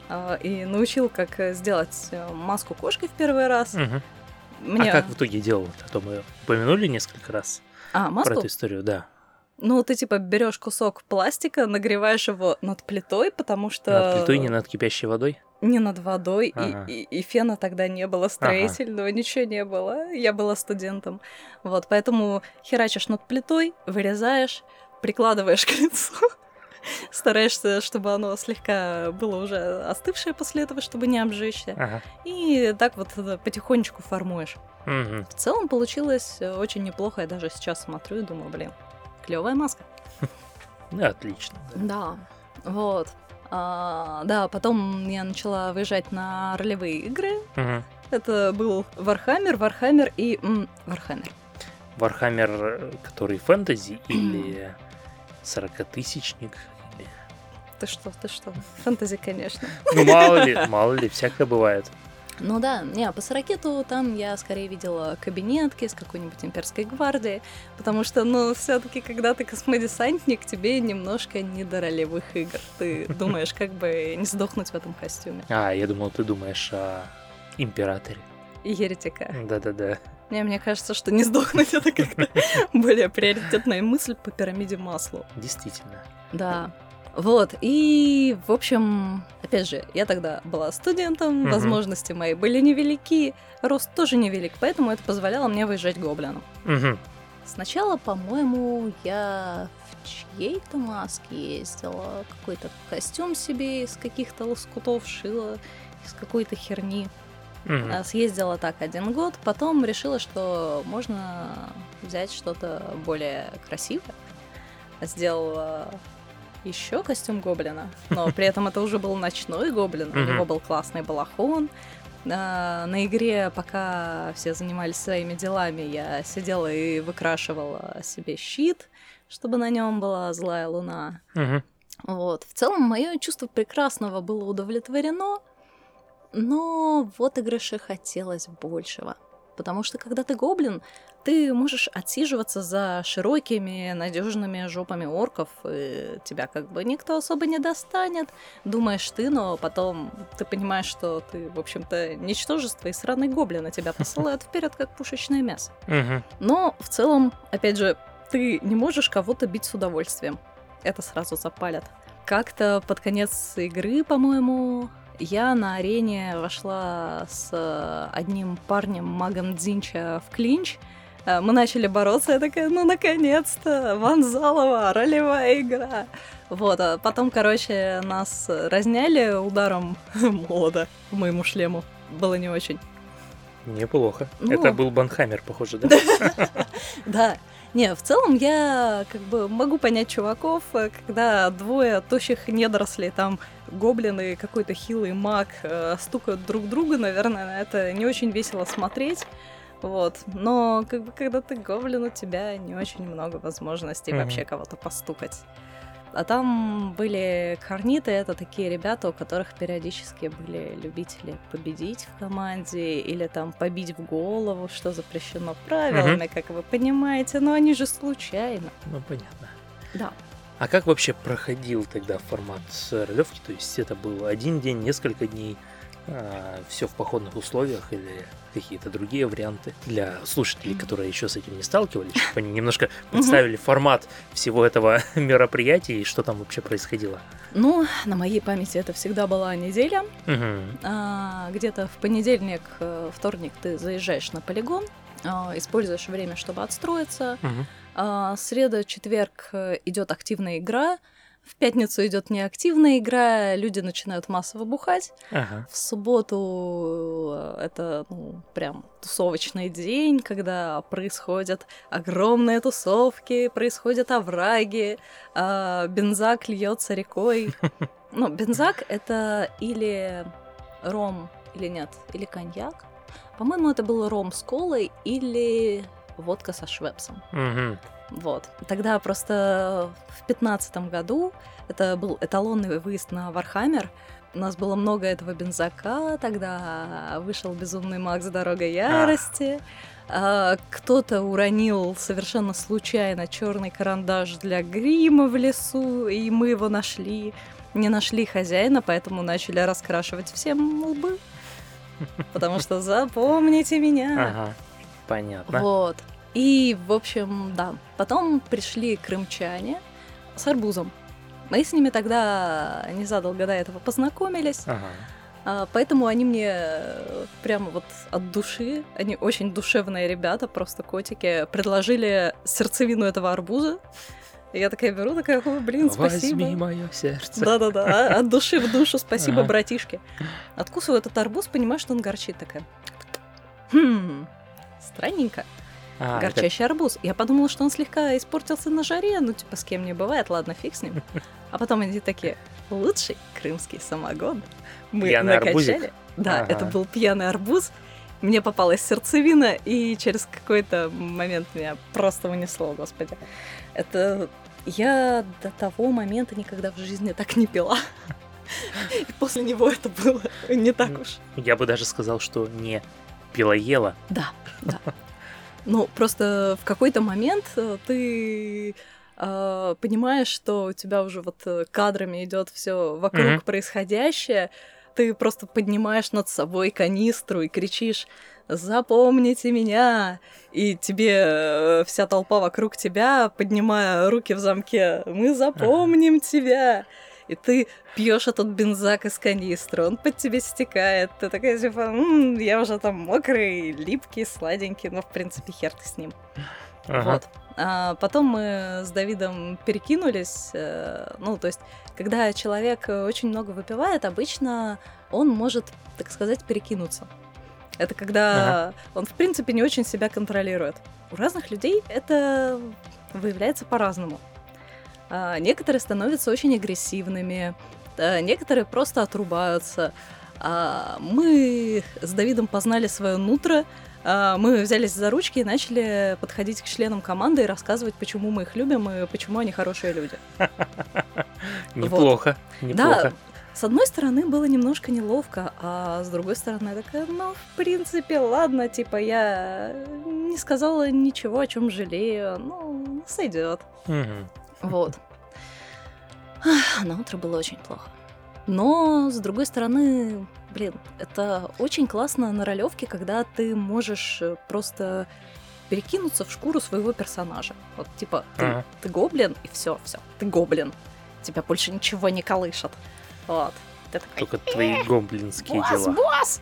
Speaker 2: и научил, как сделать маску кошки в первый раз.
Speaker 1: А как в итоге делал? А то мы упомянули несколько раз
Speaker 2: маску?
Speaker 1: Про эту историю, да.
Speaker 2: Ну, ты типа берешь кусок пластика, нагреваешь его над плитой, потому что...
Speaker 1: Над плитой, не над кипящей водой?
Speaker 2: Не над водой, и фена тогда не было строительного, ничего не было. Я была студентом. Вот, поэтому херачишь над плитой, вырезаешь, прикладываешь к лицу, стараешься, чтобы оно слегка было уже остывшее после этого, чтобы не обжечься. И так вот потихонечку формуешь. В целом получилось очень неплохо. Я даже сейчас смотрю и думаю, блин, клевая маска.
Speaker 1: Да, отлично.
Speaker 2: Да, вот. Да, потом я начала выезжать на ролевые игры. Это был Warhammer и Warhammer.
Speaker 1: Warhammer, который фэнтези или 40-тысячник? Или...
Speaker 2: Ты что? Фэнтези, конечно.
Speaker 1: Ну, мало ли, всякое бывает.
Speaker 2: Ну да, по Сорокету там я скорее видела кабинетки с какой-нибудь имперской гвардией, потому что, все-таки, когда ты космодесантник, тебе немножко не до ролевых игр. Ты думаешь, как бы не сдохнуть в этом костюме.
Speaker 1: Я думал, ты думаешь о императоре.
Speaker 2: И еретика.
Speaker 1: Да.
Speaker 2: Мне кажется, что не сдохнуть — это как-то более приоритетная мысль по пирамиде Маслоу.
Speaker 1: Действительно.
Speaker 2: Да. Вот, и, в общем, опять же, я тогда была студентом, возможности мои были невелики, рост тоже невелик, поэтому это позволяло мне выезжать гоблином. Сначала, по-моему, я в чьей-то маске ездила, какой-то костюм себе из каких-то лоскутов шила, из какой-то херни. Съездила так 1 год, потом решила, что можно взять что-то более красивое. Сделала еще костюм гоблина, но при этом это уже был ночной гоблин, у него был классный балахон. На игре, пока все занимались своими делами, я сидела и выкрашивала себе щит, чтобы на нем была злая луна. Вот. В целом, мое чувство прекрасного было удовлетворено, но в отыгрыше хотелось большего. Потому что, когда ты гоблин, ты можешь отсиживаться за широкими, надежными жопами орков, и тебя как бы никто особо не достанет. Думаешь ты, но потом ты понимаешь, что ты, в общем-то, ничтожество, и сраный гоблин, а тебя посылают вперед как пушечное мясо. Но в целом, опять же, ты не можешь кого-то бить с удовольствием. Это сразу запалят. Как-то под конец игры, по-моему, я на арене вошла с одним парнем, магом Дзинча, в клинч. Мы начали бороться, я такая, наконец-то, Ванзалова, ролевая игра. Вот, а потом, нас разняли ударом молота по моему шлему. Было не очень.
Speaker 1: Неплохо. Это был Банхаммер, похоже, да?
Speaker 2: Да. В целом я как бы могу понять чуваков, когда 2 тощих недорослей, там гоблины и какой-то хилый маг стукают друг друга, наверное, на это не очень весело смотреть. Вот. Но как бы когда ты гоблин, у тебя не очень много возможностей вообще кого-то постукать. А там были корниты, это такие ребята, у которых периодически были любители победить в команде или там побить в голову, что запрещено правилами, как вы понимаете, но они же случайно.
Speaker 1: Ну, понятно.
Speaker 2: Да.
Speaker 1: А как вообще проходил тогда формат ролевки? То есть это был 1 день, несколько дней, все в походных условиях или какие-то другие варианты для слушателей, которые еще с этим не сталкивались, чтобы они немножко представили формат всего этого мероприятия и что там вообще происходило?
Speaker 2: Ну, на моей памяти это всегда была неделя. Где-то в понедельник, вторник ты заезжаешь на полигон, используешь время, чтобы отстроиться. Среда, четверг идет активная игра. В пятницу идет неактивная игра, люди начинают массово бухать. В субботу это прям тусовочный день, когда происходят огромные тусовки, происходят овраги, бензак льется рекой. Бензак — это или ром, или нет, или коньяк. По-моему, это был ром с колой или водка со швепсом. Вот. Тогда просто в 15-м году это был эталонный выезд на Вархаммер. У нас было много этого бензака, тогда вышел «Безумный Макс. Дорога ярости». Кто-то уронил совершенно случайно черный карандаш для грима в лесу, и мы его нашли. Не нашли хозяина, поэтому начали раскрашивать всем лбы. Потому что запомните меня.
Speaker 1: Ага, понятно.
Speaker 2: Вот. И, в общем, да. Потом пришли крымчане с арбузом. Мы с ними тогда незадолго до этого познакомились.
Speaker 1: Ага.
Speaker 2: Поэтому они мне прямо вот от души, они очень душевные ребята, просто котики, предложили сердцевину этого арбуза. И я такая беру, такая, блин, спасибо.
Speaker 1: Возьми мое сердце.
Speaker 2: Да-да-да, от души в душу, спасибо, братишки. Откусываю этот арбуз, понимаю, что он горчит, такая. Странненько. Горчащий арбуз. Я подумала, что он слегка испортился на жаре, ну, типа, с кем не бывает, ладно, фиг с ним. А потом они такие, лучший крымский самогон. Мы
Speaker 1: пьяный
Speaker 2: накачали.
Speaker 1: Арбузик?
Speaker 2: Да, это был пьяный арбуз. Мне попалась сердцевина, и через какой-то момент меня просто унесло, господи. Это я до того момента никогда в жизни так не пила. И после него это было не так уж.
Speaker 1: Я бы даже сказал, что не пила-ела.
Speaker 2: Да. Ну, просто в какой-то момент ты понимаешь, что у тебя уже вот кадрами идет все вокруг происходящее, ты просто поднимаешь над собой канистру и кричишь «Запомните меня!» И тебе вся толпа вокруг тебя, поднимая руки в замке «Мы запомним тебя!» И ты пьешь этот бензак из канистры, он под тебе стекает, ты такая типа, я уже там мокрый, липкий, сладенький, но в принципе хер ты с ним. Вот. А потом мы с Давидом перекинулись, ну, то есть, когда человек очень много выпивает, обычно он может, так сказать, перекинуться. Это когда он, в принципе, не очень себя контролирует. У разных людей это выявляется по-разному. Некоторые становятся очень агрессивными, некоторые просто отрубаются. Мы с Давидом познали свое нутро, мы взялись за ручки и начали подходить к членам команды и рассказывать, почему мы их любим и почему они хорошие люди.
Speaker 1: Неплохо, неплохо.
Speaker 2: Да, с одной стороны, было немножко неловко, а с другой стороны, я такая, ну, в принципе, ладно, типа, я не сказала ничего, о чем жалею, ну, сойдет. Вот. На утро было очень плохо. Но, с другой стороны, блин, это очень классно на ролевке, когда ты можешь просто перекинуться в шкуру своего персонажа. Вот, типа, ты гоблин, и все, ты гоблин. Тебя больше ничего не колышет. Вот. Ты такой,
Speaker 1: только твои гоблинские дела.
Speaker 2: Босс!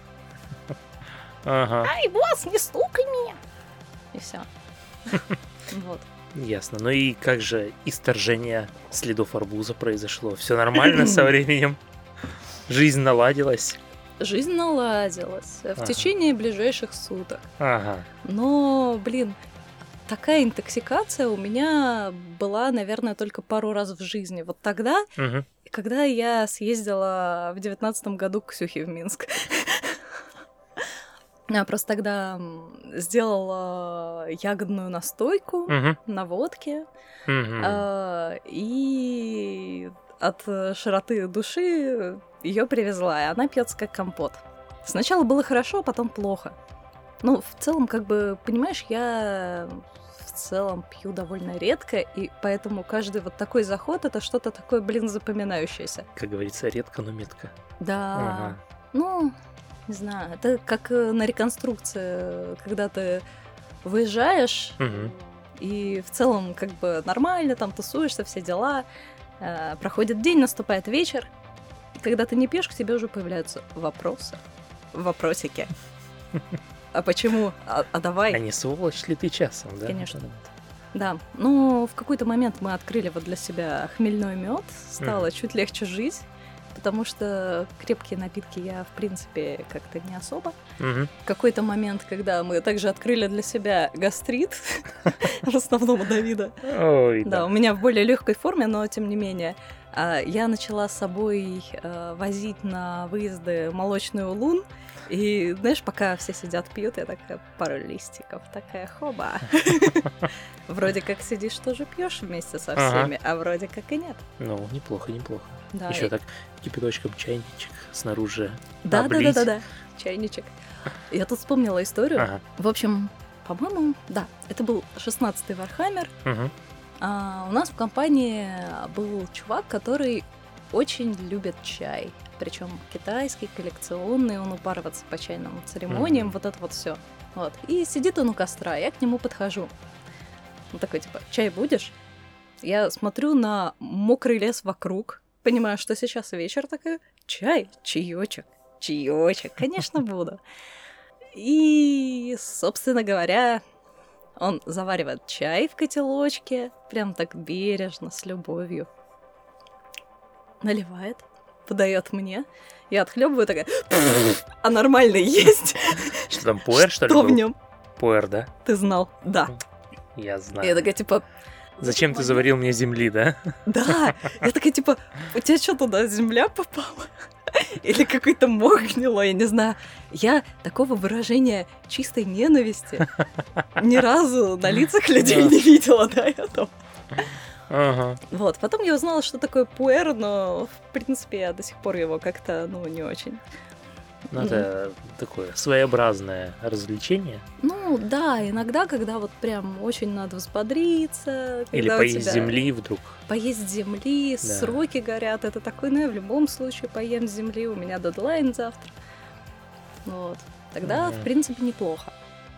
Speaker 2: Ай, босс, не стукай меня! И все. Вот.
Speaker 1: Ясно. Ну и как же исторжение следов арбуза произошло? Все нормально со временем? Жизнь наладилась?
Speaker 2: Жизнь наладилась в течение ближайших суток. Но, блин, такая интоксикация у меня была, наверное, только пару раз в жизни. Вот тогда, когда я съездила в 19-м году к Ксюхе в Минск. Я просто тогда сделала ягодную настойку на водке, и от широты души ее привезла, и она пьется как компот. Сначала было хорошо, а потом плохо. Ну, в целом, как бы, понимаешь, я в целом пью довольно редко, и поэтому каждый вот такой заход — это что-то такое, блин, запоминающееся.
Speaker 1: Как говорится, редко, но метко.
Speaker 2: Да. Ну... Не знаю, это как на реконструкции, когда ты выезжаешь, и в целом как бы нормально, там тусуешься, все дела, проходит день, наступает вечер, и когда ты не пьешь, к тебе уже появляются вопросики. А почему? А давай.
Speaker 1: А не сволочь ли ты часом, да?
Speaker 2: Конечно. Да, ну в какой-то момент мы открыли вот для себя хмельной мед, стало чуть легче жить. Потому что крепкие напитки я, в принципе, как-то не особо. В какой-то момент, когда мы также открыли для себя гастрит, в основном у Давида.
Speaker 1: Ой,
Speaker 2: да, у меня в более легкой форме, но тем не менее. я начала с собой возить на выезды молочный улун. И, знаешь, пока все сидят, пьют, я такая, пару листиков, такая, хоба. Вроде как сидишь, тоже пьешь вместе со всеми, а вроде как и нет.
Speaker 1: Ну, неплохо. Еще так кипяточком чайничек снаружи.
Speaker 2: Да, чайничек. Я тут вспомнила историю. В общем, по-моему, да, это был 16-й Вархаммер. У нас в компании был чувак, который очень любит чай. Причем китайский, коллекционный, он упарывается по чайным церемониям, вот это вот все. Вот. И сидит он у костра, я к нему подхожу. Он такой, типа, чай будешь? Я смотрю на мокрый лес вокруг, понимаю, что сейчас вечер, такая, чай, чаечек, конечно, буду. И, собственно говоря, он заваривает чай в котелочке, прям так бережно, с любовью. Наливает, подает мне. Я отхлебываю, такая, а нормальный есть?
Speaker 1: Что там, пуэр, что ли,
Speaker 2: был?
Speaker 1: Что
Speaker 2: в нем?
Speaker 1: Пуэр, да?
Speaker 2: Ты знал? Да.
Speaker 1: Я знаю.
Speaker 2: Я такая, типа...
Speaker 1: Зачем ты заварил мне земли, да?
Speaker 2: Да. Я такая, типа, у тебя что туда, земля попала? Или какой-то мох гнилой, я не знаю. Я такого выражения чистой ненависти ни разу на лицах людей не видела до этого. Вот, потом я узнала, что такое пуэр, но, в принципе, я до сих пор его как-то, не очень.
Speaker 1: Ну, это такое своеобразное развлечение.
Speaker 2: Ну, да, иногда, когда вот прям очень надо взбодриться.
Speaker 1: Или поесть земли вдруг.
Speaker 2: Поесть земли, да. Сроки горят, это такой, я в любом случае поем земли, у меня дедлайн завтра. Вот, тогда, в принципе, неплохо.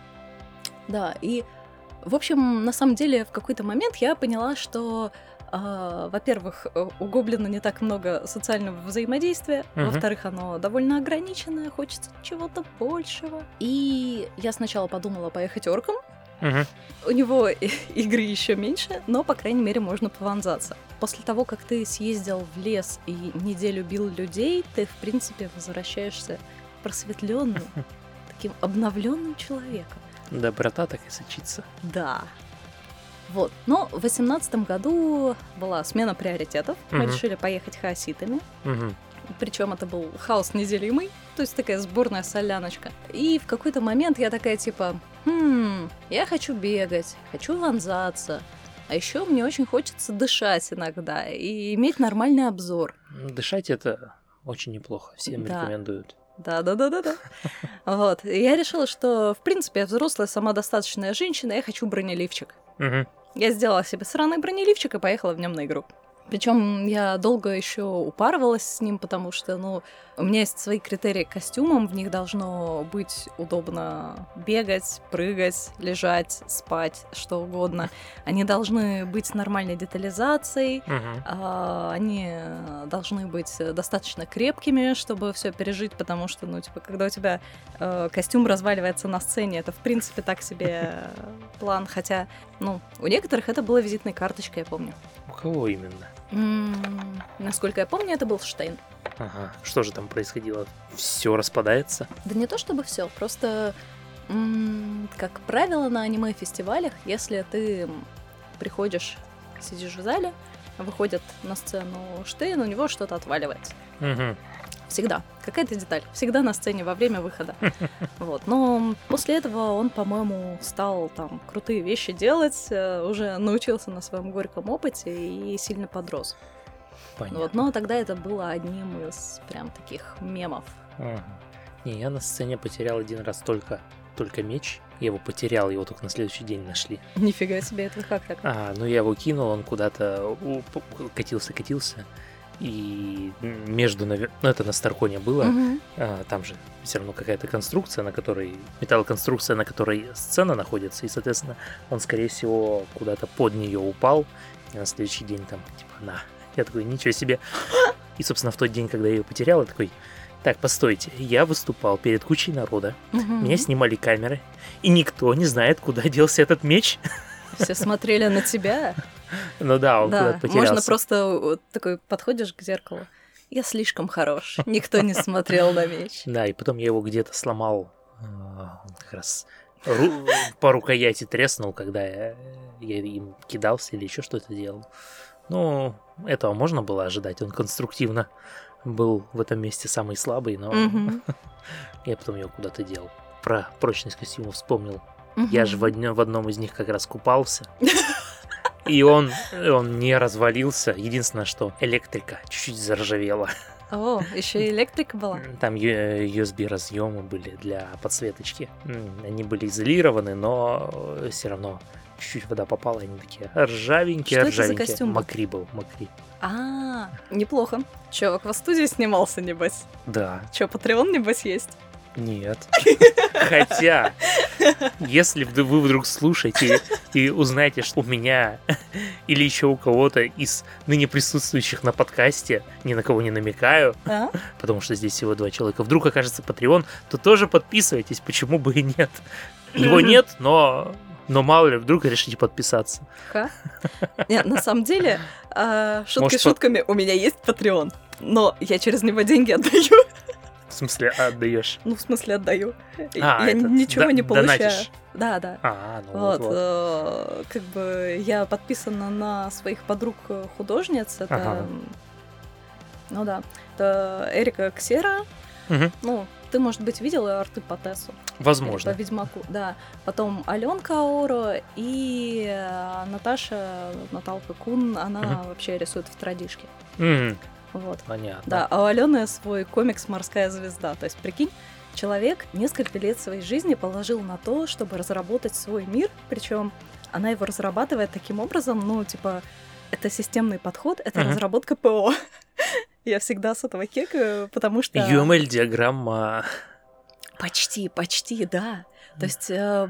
Speaker 2: Да, и, в общем, на самом деле, в какой-то момент я поняла, что... во-первых, у гоблина не так много социального взаимодействия, во-вторых, оно довольно ограниченное, хочется чего-то большего. И я сначала подумала поехать орком. У него игры еще меньше, но, по крайней мере, можно пованзаться. После того, как ты съездил в лес и неделю бил людей, ты, в принципе, возвращаешься просветленным, таким обновленным человеком.
Speaker 1: Доброта так и сочится.
Speaker 2: Да. Вот. Но в 2018 году была смена приоритетов. Мы решили поехать хаоситами. Причем это был хаос неделимый, то есть такая сборная соляночка. И в какой-то момент я такая типа, я хочу бегать, хочу вонзаться. А еще мне очень хочется дышать иногда и иметь нормальный обзор.
Speaker 1: Дышать это очень неплохо, всем рекомендуют.
Speaker 2: Да. Вот. И я решила, что, в принципе, я взрослая, самодостаточная женщина, я хочу бронеливчик. Я сделала себе сраный бронеливчик и поехала в нем на игру. Причем я долго еще упарывалась с ним, потому что, у меня есть свои критерии к костюмам, в них должно быть удобно бегать, прыгать, лежать, спать, что угодно. Они должны быть с нормальной детализацией, они должны быть достаточно крепкими, чтобы все пережить, потому что, когда у тебя костюм разваливается на сцене, это, в принципе, так себе план, хотя, у некоторых это было визитной карточкой, я помню.
Speaker 1: У кого именно?
Speaker 2: Насколько я помню, это был Штейн.
Speaker 1: Ага. Что же там происходило? Все распадается?
Speaker 2: Да не то чтобы все, просто, как правило, на аниме-фестивалях, если ты приходишь, сидишь в зале, выходит на сцену Штейн, у него что-то отваливается. Всегда. Какая-то деталь. Всегда на сцене во время выхода. Вот. Но после этого он, по-моему, стал там крутые вещи делать, уже научился на своем горьком опыте и сильно подрос.
Speaker 1: Понятно.
Speaker 2: Вот. Но тогда это было одним из прям таких мемов.
Speaker 1: Не, я на сцене потерял один раз только меч. Я его потерял, его только на следующий день нашли.
Speaker 2: Нифига себе, это как так?
Speaker 1: Я его кинул, он куда-то катился. И между, это на Старконе было, там же все равно какая-то конструкция, металлоконструкция, на которой сцена находится, и, соответственно, он, скорее всего, куда-то под нее упал, и на следующий день там, на. Я такой, ничего себе. И, собственно, в тот день, когда я ее потерял, я такой, так, постойте, я выступал перед кучей народа, меня снимали камеры, и никто не знает, куда делся этот меч.
Speaker 2: Все смотрели на тебя.
Speaker 1: Ну да, он куда-то потерялся.
Speaker 2: Можно просто такой подходишь к зеркалу. Я слишком хорош. Никто не смотрел на меч.
Speaker 1: Да, и потом я его где-то сломал. Как раз по рукояти треснул, когда я им кидался или еще что-то делал. Ну, этого можно было ожидать. Он конструктивно был в этом месте самый слабый, но я потом его куда-то дел. Про прочность костюма вспомнил. Я же в одном из них как раз купался. И он не развалился. Единственное, что электрика чуть-чуть заржавела.
Speaker 2: О, еще и электрика была.
Speaker 1: Там USB-разъемы были для подсветочки. Они были изолированы, но все равно чуть-чуть вода попала, и они такие ржавенькие.
Speaker 2: Что это за костюм был?
Speaker 1: Макри был, Макри.
Speaker 2: Неплохо. Че, в аквастудии снимался, небось?
Speaker 1: Да.
Speaker 2: Че, Patreon, небось, есть?
Speaker 1: Нет. Хотя, если вы вдруг слушаете и узнаете, что у меня или еще у кого-то из ныне присутствующих на подкасте, ни на кого не намекаю, потому что здесь всего 2 человека, вдруг окажется Patreon, то тоже подписывайтесь, почему бы и нет. Его нет, но мало ли, вдруг решите подписаться.
Speaker 2: Нет, на самом деле, шутки шутками, у меня есть Patreon, но я через него деньги отдаю.
Speaker 1: В смысле, отдаешь?
Speaker 2: Ну, в смысле, отдаю. Я ничего не получаю.
Speaker 1: Донатишь?
Speaker 2: Да.
Speaker 1: Ну
Speaker 2: вот. Как бы я подписана на своих подруг-художниц. Это, ну да, это Эрика Ксера. Ну, ты, может быть, видела арты по Тессу?
Speaker 1: Возможно.
Speaker 2: По Ведьмаку, да. Потом Аленка Аоро и Наталка Кун, она вообще рисует в традишке. Вот.
Speaker 1: Понятно.
Speaker 2: Да, а у Алены свой комикс «Морская звезда». То есть, прикинь, человек несколько лет своей жизни положил на то, чтобы разработать свой мир, причем она его разрабатывает таким образом, ну, типа, это системный подход, это разработка ПО. Я всегда с этого кекаю, потому что...
Speaker 1: UML-диаграмма.
Speaker 2: Почти, да. То есть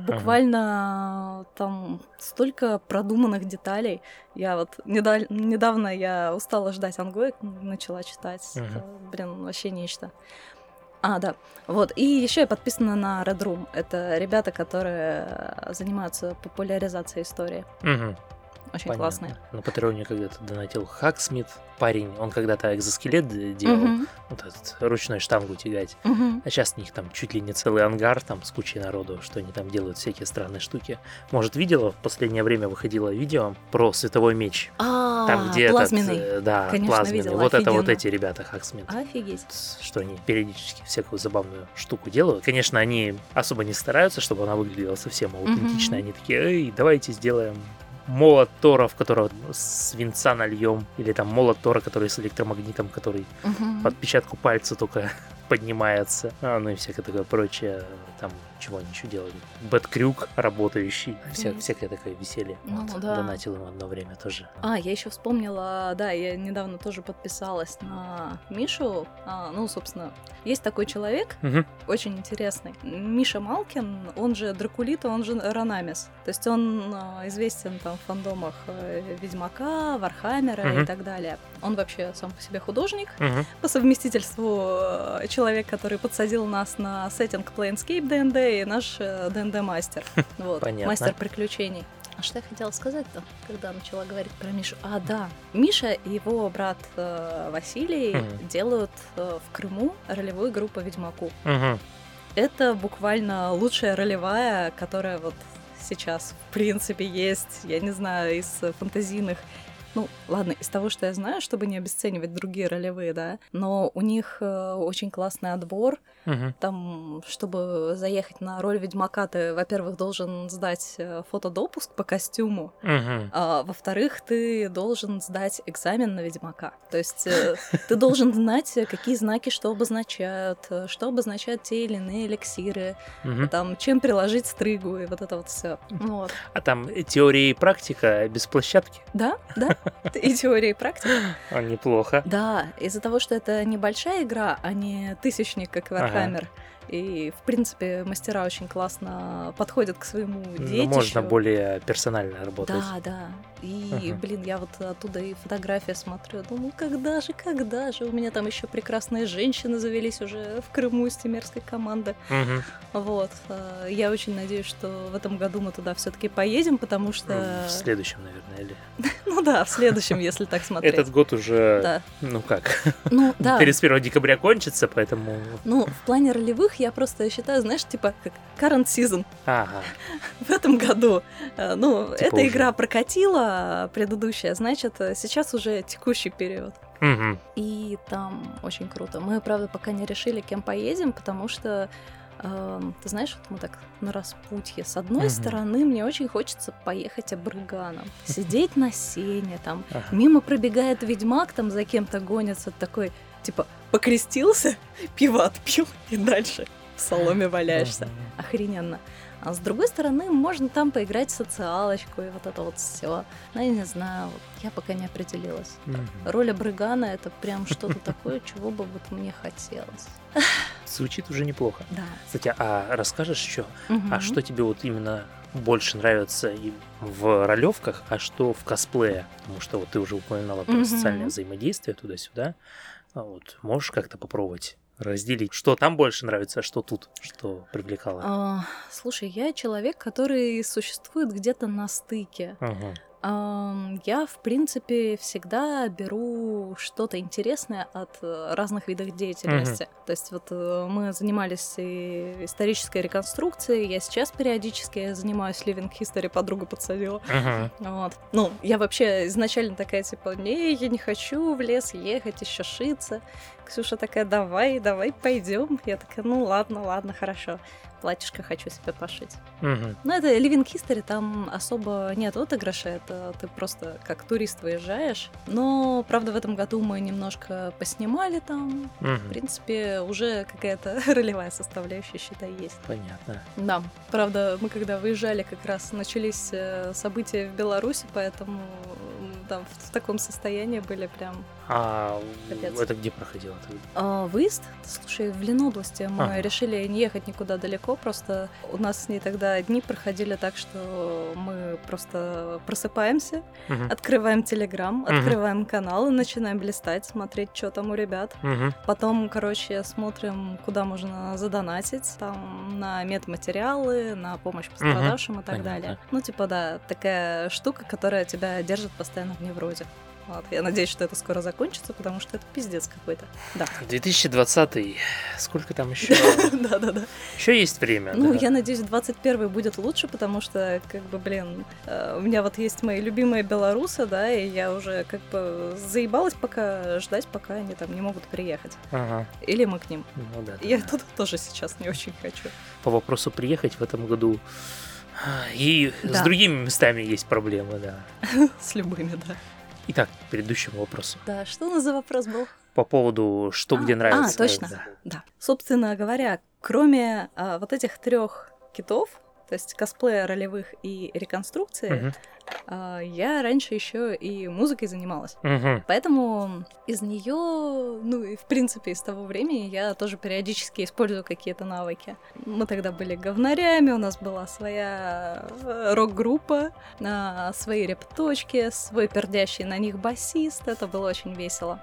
Speaker 2: буквально там столько продуманных деталей. Я вот недавно я устала ждать ангоек, начала читать. Это, вообще нечто. Да. Вот. И еще я подписана на Red Room. Это ребята, которые занимаются популяризацией истории. Очень классные.
Speaker 1: На Патреоне когда-то донатил Хаксмит, парень, он когда-то экзоскелет делал, вот этот, ручной штангу тягать, а сейчас у них там чуть ли не целый ангар там с кучей народу, что они там делают всякие странные штуки. Может, видела, в последнее время выходило видео про световой меч. Там, где
Speaker 2: плазменный.
Speaker 1: Конечно, плазменный.
Speaker 2: Видела,
Speaker 1: вот
Speaker 2: офигенно.
Speaker 1: это вот эти ребята Хаксмит.
Speaker 2: Офигеть.
Speaker 1: Что они периодически всякую забавную штуку делают. Конечно, они особо не стараются, чтобы она выглядела совсем аутентично. Они такие, эй, давайте сделаем молот Тора, в которого свинца нальем, или там молот Тора, который с электромагнитом, который по отпечатку пальца только поднимается, ну и всякое такое прочее, там чего они еще делали. Бэткрюк работающий, всякое такое веселье. Донатил ему одно время тоже.
Speaker 2: Я еще вспомнила, да, я недавно тоже подписалась на Мишу. Ну, собственно, есть такой человек, очень интересный. Миша Малкин, он же Дракулита, он же Ранамис. То есть он известен там в фандомах Ведьмака, Вархаммера и так далее. Он вообще сам по себе художник, по совместительству человек, который подсадил нас на сеттинг Planescape D&D и наш D&D-мастер. Вот, мастер приключений. А что я хотела сказать-то, когда начала говорить про Мишу? Да. Миша и его брат Василий делают в Крыму ролевую игру по Ведьмаку. Это буквально лучшая ролевая, которая вот сейчас, в принципе, есть, я не знаю, из фэнтезийных. Ну, ладно, из того, что я знаю, чтобы не обесценивать другие ролевые, да, но у них очень классный отбор. Там, чтобы заехать на роль Ведьмака, ты, во-первых, должен сдать фотодопуск по костюму, а во-вторых, ты должен сдать экзамен на Ведьмака. То есть ты должен знать, какие знаки что обозначают те или иные эликсиры, там, чем приложить стрыгу и вот это вот все. Вот.
Speaker 1: А там теория и практика без площадки?
Speaker 2: Да, и теория, и практика.
Speaker 1: Неплохо.
Speaker 2: Да, из-за того, что это небольшая игра, а не тысячник, как Warhammer. И, в принципе, мастера очень классно подходят к своему детищу.
Speaker 1: Можно более персонально работать.
Speaker 2: Да. И, блин, я вот оттуда и фотографии смотрю, думаю, когда же? У меня там еще прекрасные женщины завелись уже в Крыму из Темерской команды. Вот. Я очень надеюсь, что в этом году мы туда все-таки поедем, потому что...
Speaker 1: В следующем, наверное, или...
Speaker 2: Ну да, в следующем, если так смотреть.
Speaker 1: Этот год уже, ну как, 31 декабря кончится, поэтому...
Speaker 2: Ну, в плане ролевых я просто считаю, знаешь, типа, как current season. В этом году. Ну, типа эта игра прокатила, была предыдущая, значит, сейчас уже текущий период.
Speaker 1: Мгм.
Speaker 2: И там очень круто. Мы, правда, пока не решили, кем поедем, потому что, ты знаешь, вот мы так на распутье. С одной
Speaker 1: Мгм.
Speaker 2: стороны, мне очень хочется поехать обрыганом, сидеть на сене, там,
Speaker 1: Ага.
Speaker 2: мимо пробегает ведьмак, там за кем-то гонится, такой, типа, покрестился, пиво отпил и дальше в соломе валяешься.
Speaker 1: Мгм.
Speaker 2: Охрененно. А с другой стороны, можно там поиграть в социалочку и вот это вот все. Но я не знаю, вот я пока не определилась.
Speaker 1: Мгм.
Speaker 2: Роль обрыгана — это прям что-то такое, чего бы вот мне хотелось.
Speaker 1: Звучит уже неплохо.
Speaker 2: Да.
Speaker 1: Кстати, а расскажешь еще, а
Speaker 2: Мгм.
Speaker 1: что тебе вот именно больше нравится и в ролевках, а что в косплее? Потому что вот ты уже упоминала про
Speaker 2: Мгм.
Speaker 1: социальное взаимодействие туда-сюда. А вот можешь как-то попробовать разделить, что там больше нравится, а что тут, что привлекало?
Speaker 2: Слушай, я человек, который существует где-то на стыке.
Speaker 1: Ага.
Speaker 2: Я, в принципе, всегда беру что-то интересное от разных видов деятельности. То есть вот мы занимались и исторической реконструкцией, я сейчас периодически занимаюсь Living History, подруга подсадила.
Speaker 1: Ага.
Speaker 2: Вот. Ну, я вообще изначально такая, типа, не, я не хочу в лес ехать, еще шиться. Ксюша такая, давай пойдем. Я такая, ну ладно, хорошо. Платьишко хочу себе пошить.
Speaker 1: Мгм.
Speaker 2: Ну, это Living History, там особо нет отыгрыша, это ты просто как турист выезжаешь. Но, правда, в этом году мы немножко поснимали там. В
Speaker 1: Мгм.
Speaker 2: принципе, уже какая-то ролевая составляющая, считай, есть.
Speaker 1: Понятно.
Speaker 2: Да, правда, мы когда выезжали, как раз начались события в Беларуси, поэтому там в таком состоянии были прям.
Speaker 1: А
Speaker 2: Капец.
Speaker 1: это где проходило?
Speaker 2: Выезд? Слушай, в Ленобласти мы
Speaker 1: Ага.
Speaker 2: решили не ехать никуда далеко, просто у нас с ней тогда дни проходили так, что мы просто просыпаемся,
Speaker 1: Мгм.
Speaker 2: открываем Телеграм, открываем канал и начинаем листать, смотреть, что там у ребят.
Speaker 1: Мгм.
Speaker 2: Потом, короче, смотрим, куда можно задонатить, там, на медматериалы, на помощь пострадавшим и так
Speaker 1: Понятно.
Speaker 2: далее. Ну, типа, да, такая штука, которая тебя держит постоянно в неврозе. Вот. Я надеюсь, что это скоро закончится, потому что это пиздец какой-то. Да.
Speaker 1: 2020. Сколько там еще?
Speaker 2: Да-да-да.
Speaker 1: Еще есть время.
Speaker 2: Ну,
Speaker 1: да.
Speaker 2: я надеюсь, 21-й будет лучше, потому что, как бы, блин, у меня вот есть мои любимые белорусы, да, и я уже как бы заебалась пока ждать, пока они там не могут приехать.
Speaker 1: Ага.
Speaker 2: Или мы к ним.
Speaker 1: Ну да.
Speaker 2: Я туда тоже сейчас не очень хочу.
Speaker 1: По вопросу приехать в этом году. И с
Speaker 2: Да.
Speaker 1: другими местами есть проблемы, да.
Speaker 2: С любыми, да.
Speaker 1: Итак, к предыдущему вопросу.
Speaker 2: Да, что у нас за вопрос был?
Speaker 1: По поводу, что где нравится.
Speaker 2: точно.
Speaker 1: Да.
Speaker 2: Да. Собственно говоря, кроме вот этих 3 китов, то есть косплея, ролевых и реконструкции,
Speaker 1: Мгм.
Speaker 2: я раньше еще и музыкой занималась.
Speaker 1: Мгм.
Speaker 2: Поэтому из нее, ну и в принципе из того времени я тоже периодически использую какие-то навыки. Мы тогда были говнарями, у нас была своя рок-группа, свои репточки, свой пердящий на них басист. Это было очень весело.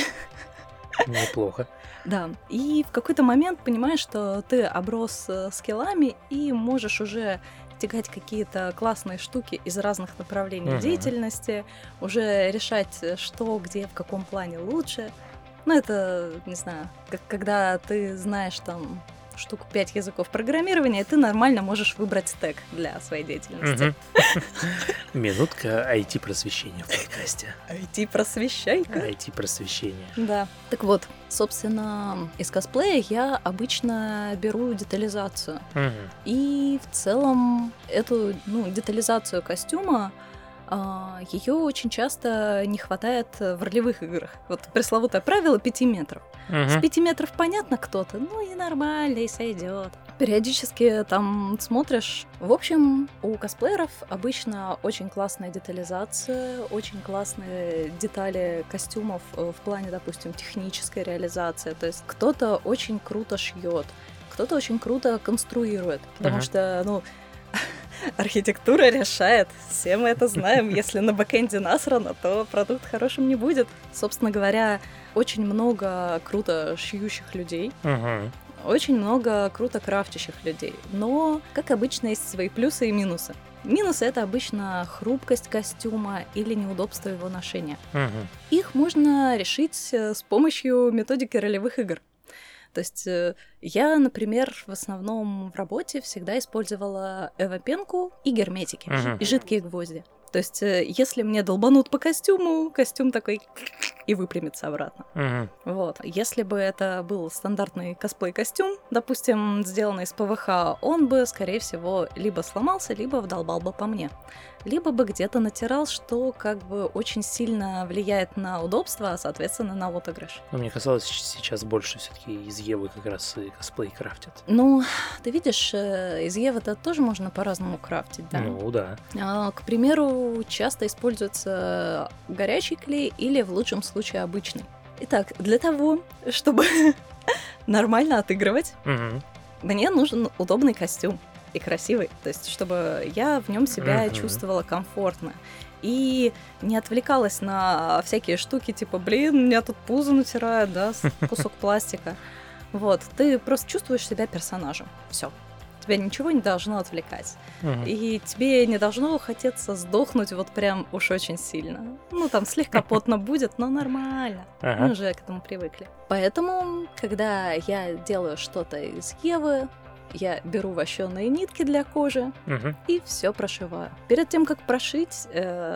Speaker 1: Неплохо.
Speaker 2: Да, и в какой-то момент понимаешь, что ты оброс скиллами и можешь уже тягать какие-то классные штуки из разных направлений
Speaker 1: Мгм.
Speaker 2: деятельности, уже решать, что, где, в каком плане лучше. Ну, это, не знаю, как когда ты знаешь там штук 5 языков программирования, ты нормально можешь выбрать стек для своей деятельности.
Speaker 1: Мгм. Минутка IT-просвещения в подкасте.
Speaker 2: IT-просвещайка.
Speaker 1: IT-просвещение.
Speaker 2: Да. Так вот, собственно, из косплея я обычно беру детализацию.
Speaker 1: Мгм.
Speaker 2: И в целом эту детализацию костюма ее очень часто не хватает в ролевых играх. Вот пресловутое правило 5 метров. С
Speaker 1: Мгм.
Speaker 2: 5 метров понятно кто-то, ну и нормально, и сойдет. Периодически там смотришь. В общем, у косплееров обычно очень классная детализация, очень классные детали костюмов в плане, допустим, технической реализации. То есть кто-то очень круто шьет, кто-то очень круто конструирует, потому
Speaker 1: Мгм.
Speaker 2: что, архитектура решает, все мы это знаем. Если на бэкэнде насрано, то продукт хорошим не будет. Собственно говоря, очень много круто шьющих людей,
Speaker 1: Мгм.
Speaker 2: очень много круто крафтящих людей. Но, как обычно, есть свои плюсы и минусы. Минусы — это обычно хрупкость костюма или неудобство его ношения.
Speaker 1: Мгм.
Speaker 2: Их можно решить с помощью методики ролевых игр. То есть я, например, в основном в работе всегда использовала эвопенку и герметики,
Speaker 1: Мгм.
Speaker 2: и жидкие гвозди. То есть, если мне долбанут по костюму, костюм такой и выпрямится обратно. Вот. Если бы это был стандартный косплей-костюм, допустим, сделанный из ПВХ, он бы, скорее всего, либо сломался, либо вдолбал бы по мне. Либо бы где-то натирал, что как бы очень сильно влияет на удобство, а, соответственно, на отыгрыш.
Speaker 1: Но мне казалось, сейчас больше все-таки из Евы как раз и косплей крафтят.
Speaker 2: Ну, ты видишь, из Евы-то тоже можно по-разному крафтить, да?
Speaker 1: Ну, да.
Speaker 2: К примеру, часто используется горячий клей или, в лучшем случае, обычный. Итак, для того, чтобы нормально отыгрывать, мне нужен удобный костюм и красивый, то есть чтобы я в нем себя чувствовала комфортно и не отвлекалась на всякие штуки, типа, блин, меня тут пузо натирает, да, кусок пластика. Вот, ты просто чувствуешь себя персонажем, все. Тебя ничего не должно отвлекать. И тебе не должно хотеться сдохнуть вот прям уж очень сильно. Ну, там слегка потно будет, но нормально. Мы уже к этому привыкли. Поэтому, когда я делаю что-то из Евы, я беру вощеные нитки для кожи и все прошиваю. Перед тем, как прошить,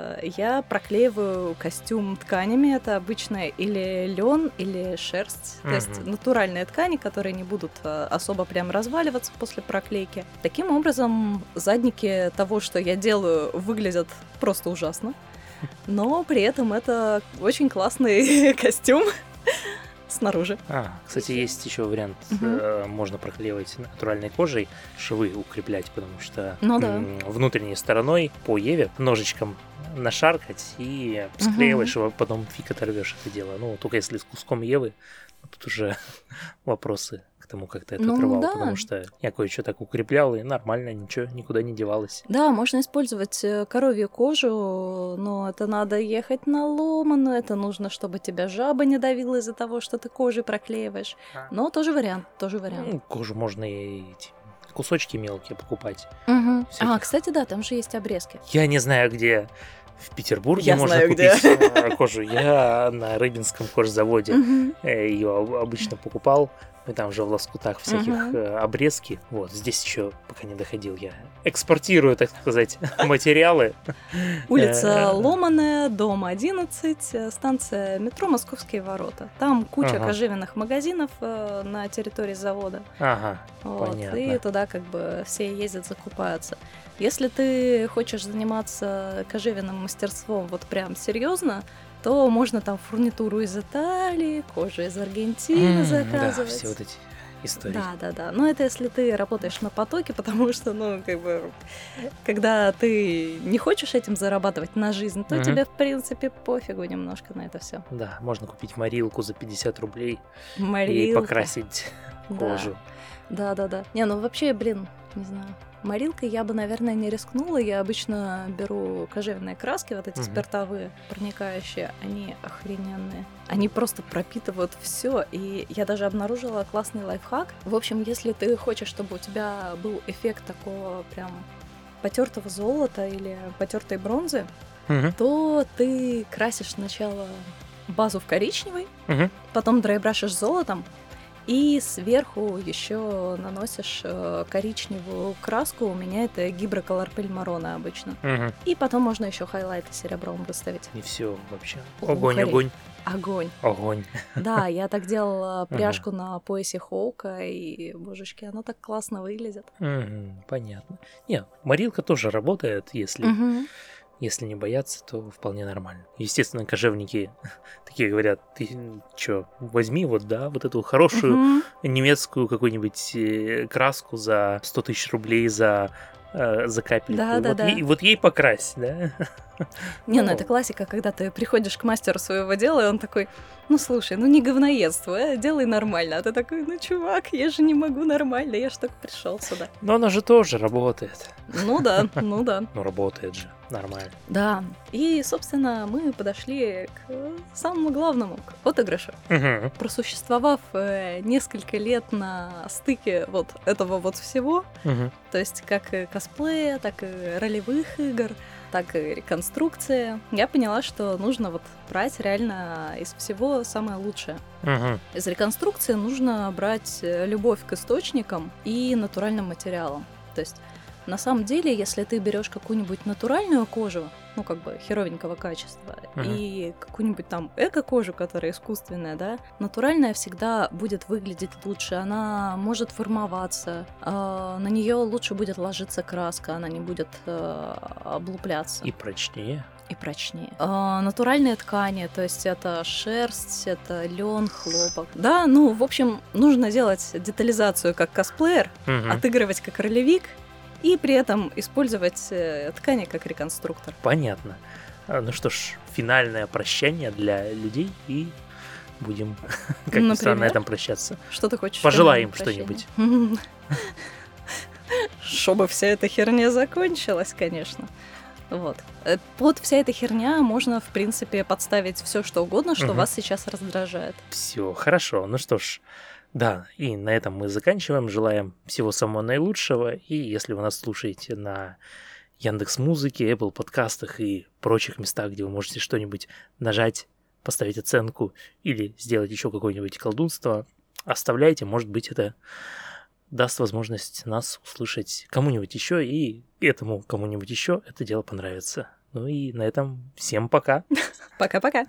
Speaker 2: я проклеиваю костюм тканями. Это обычно или лен, или шерсть. То есть натуральные ткани, которые не будут особо прям разваливаться после проклейки. Таким образом, задники того, что я делаю, выглядят просто ужасно. Но при этом это очень классный костюм. Снаружи.
Speaker 1: Кстати, есть еще вариант. Можно проклеивать натуральной кожей, швы укреплять, потому что внутренней стороной по Еве ножичком нашаркать и склеиваешь его, потом фиг оторвешь это дело. Ну, только если с куском Евы, тут уже вопросы к тому, как ты это отрывал, потому что я кое-что так укреплял, и нормально, ничего никуда не девалось.
Speaker 2: Да, можно использовать коровью кожу, но это надо ехать на ломаную, это нужно, чтобы тебя жаба не давила из-за того, что ты кожей проклеиваешь. Но тоже вариант, Ну,
Speaker 1: кожу можно и кусочки мелкие покупать.
Speaker 2: Кстати, да, там же есть обрезки.
Speaker 1: Я не знаю, где в Петербурге можно купить кожу. Я на Рыбинском кожзаводе ее обычно покупал. Мы там же в лоскутах всяких обрезки. Вот, здесь еще пока не доходил. Я экспортирую, так сказать, материалы.
Speaker 2: Улица Ломаная, дом 11, станция метро Московские ворота. Там куча кожевенных магазинов на территории завода.
Speaker 1: Понятно.
Speaker 2: И туда как бы все ездят, закупаются. Если ты хочешь заниматься кожевенным мастерством вот прям серьезно, то можно там фурнитуру из Италии, кожу из Аргентины заказывать.
Speaker 1: Да, все вот эти истории.
Speaker 2: Да. Но это если ты работаешь на потоке, потому что, когда ты не хочешь этим зарабатывать на жизнь, то тебе, в принципе, пофигу немножко на это все.
Speaker 1: Да, можно купить морилку за 50 рублей и покрасить кожу.
Speaker 2: Да. Не, вообще, не знаю. Морилкой я бы, наверное, не рискнула. Я обычно беру кожевенные краски, вот эти спиртовые, проникающие. Они охрененные. Они просто пропитывают все. И я даже обнаружила классный лайфхак. В общем, если ты хочешь, чтобы у тебя был эффект такого прям потертого золота или потертой бронзы, то ты красишь сначала базу в коричневый, потом драйбрашишь золотом, и сверху еще наносишь коричневую краску. У меня это гидроколор Пельмарона обычно. И потом можно еще хайлайты серебром выставить.
Speaker 1: И все вообще. Огонь.
Speaker 2: Огонь. Да, я так делала пряжку на поясе Хоука, и, божечки, оно так классно выглядит.
Speaker 1: Понятно. Нет, морилка тоже работает, если не бояться, то вполне нормально. Естественно, кожевники такие говорят: ты чё, возьми вот эту хорошую немецкую какую-нибудь краску за 100 тысяч рублей за капельку.
Speaker 2: Да.
Speaker 1: Вот ей покрась, да?
Speaker 2: Это классика, когда ты приходишь к мастеру своего дела, и он такой: слушай, не говноедство, делай нормально. А ты такой: чувак, я же не могу нормально, я же только пришел сюда.
Speaker 1: Но она же тоже работает.
Speaker 2: Да.
Speaker 1: Работает же, нормально.
Speaker 2: Да, и, собственно, мы подошли к самому главному, к отыгрышу. Просуществовав несколько лет на стыке вот этого вот всего, то есть как косплея, так и ролевых игр, так и реконструкция, я поняла, что нужно брать реально из всего самое лучшее. Из реконструкции нужно брать любовь к источникам и натуральным материалам. То есть, на самом деле, если ты берешь какую-нибудь натуральную кожу, ну, как бы, херовенького качества, и какую-нибудь там эко-кожу, которая искусственная, да, натуральная всегда будет выглядеть лучше, она может формоваться, на нее лучше будет ложиться краска, она не будет облупляться.
Speaker 1: И прочнее.
Speaker 2: И прочнее. Натуральные ткани, то есть это шерсть, это лен, хлопок. Да, ну, в общем, нужно делать детализацию как косплеер, отыгрывать как ролевик, и при этом использовать ткани как реконструктор.
Speaker 1: Понятно. Ну что ж, финальное прощание для людей, и будем, как ни странно, на этом прощаться.
Speaker 2: Что ты хочешь?
Speaker 1: Пожелаем что-нибудь.
Speaker 2: Чтобы вся эта херня закончилась, конечно. Вот. Под вся эта херня можно, в принципе, подставить все что угодно, что вас сейчас раздражает.
Speaker 1: Все, хорошо. Ну что ж, да, и на этом мы заканчиваем. Желаем всего самого наилучшего. И если вы нас слушаете на Яндекс.Музыке, Apple подкастах и прочих местах, где вы можете что-нибудь нажать, поставить оценку или сделать еще какое-нибудь колдунство, оставляйте, может быть, это даст возможность нас услышать кому-нибудь еще, и этому кому-нибудь еще это дело понравится. Ну и на этом всем пока.
Speaker 2: Пока-пока.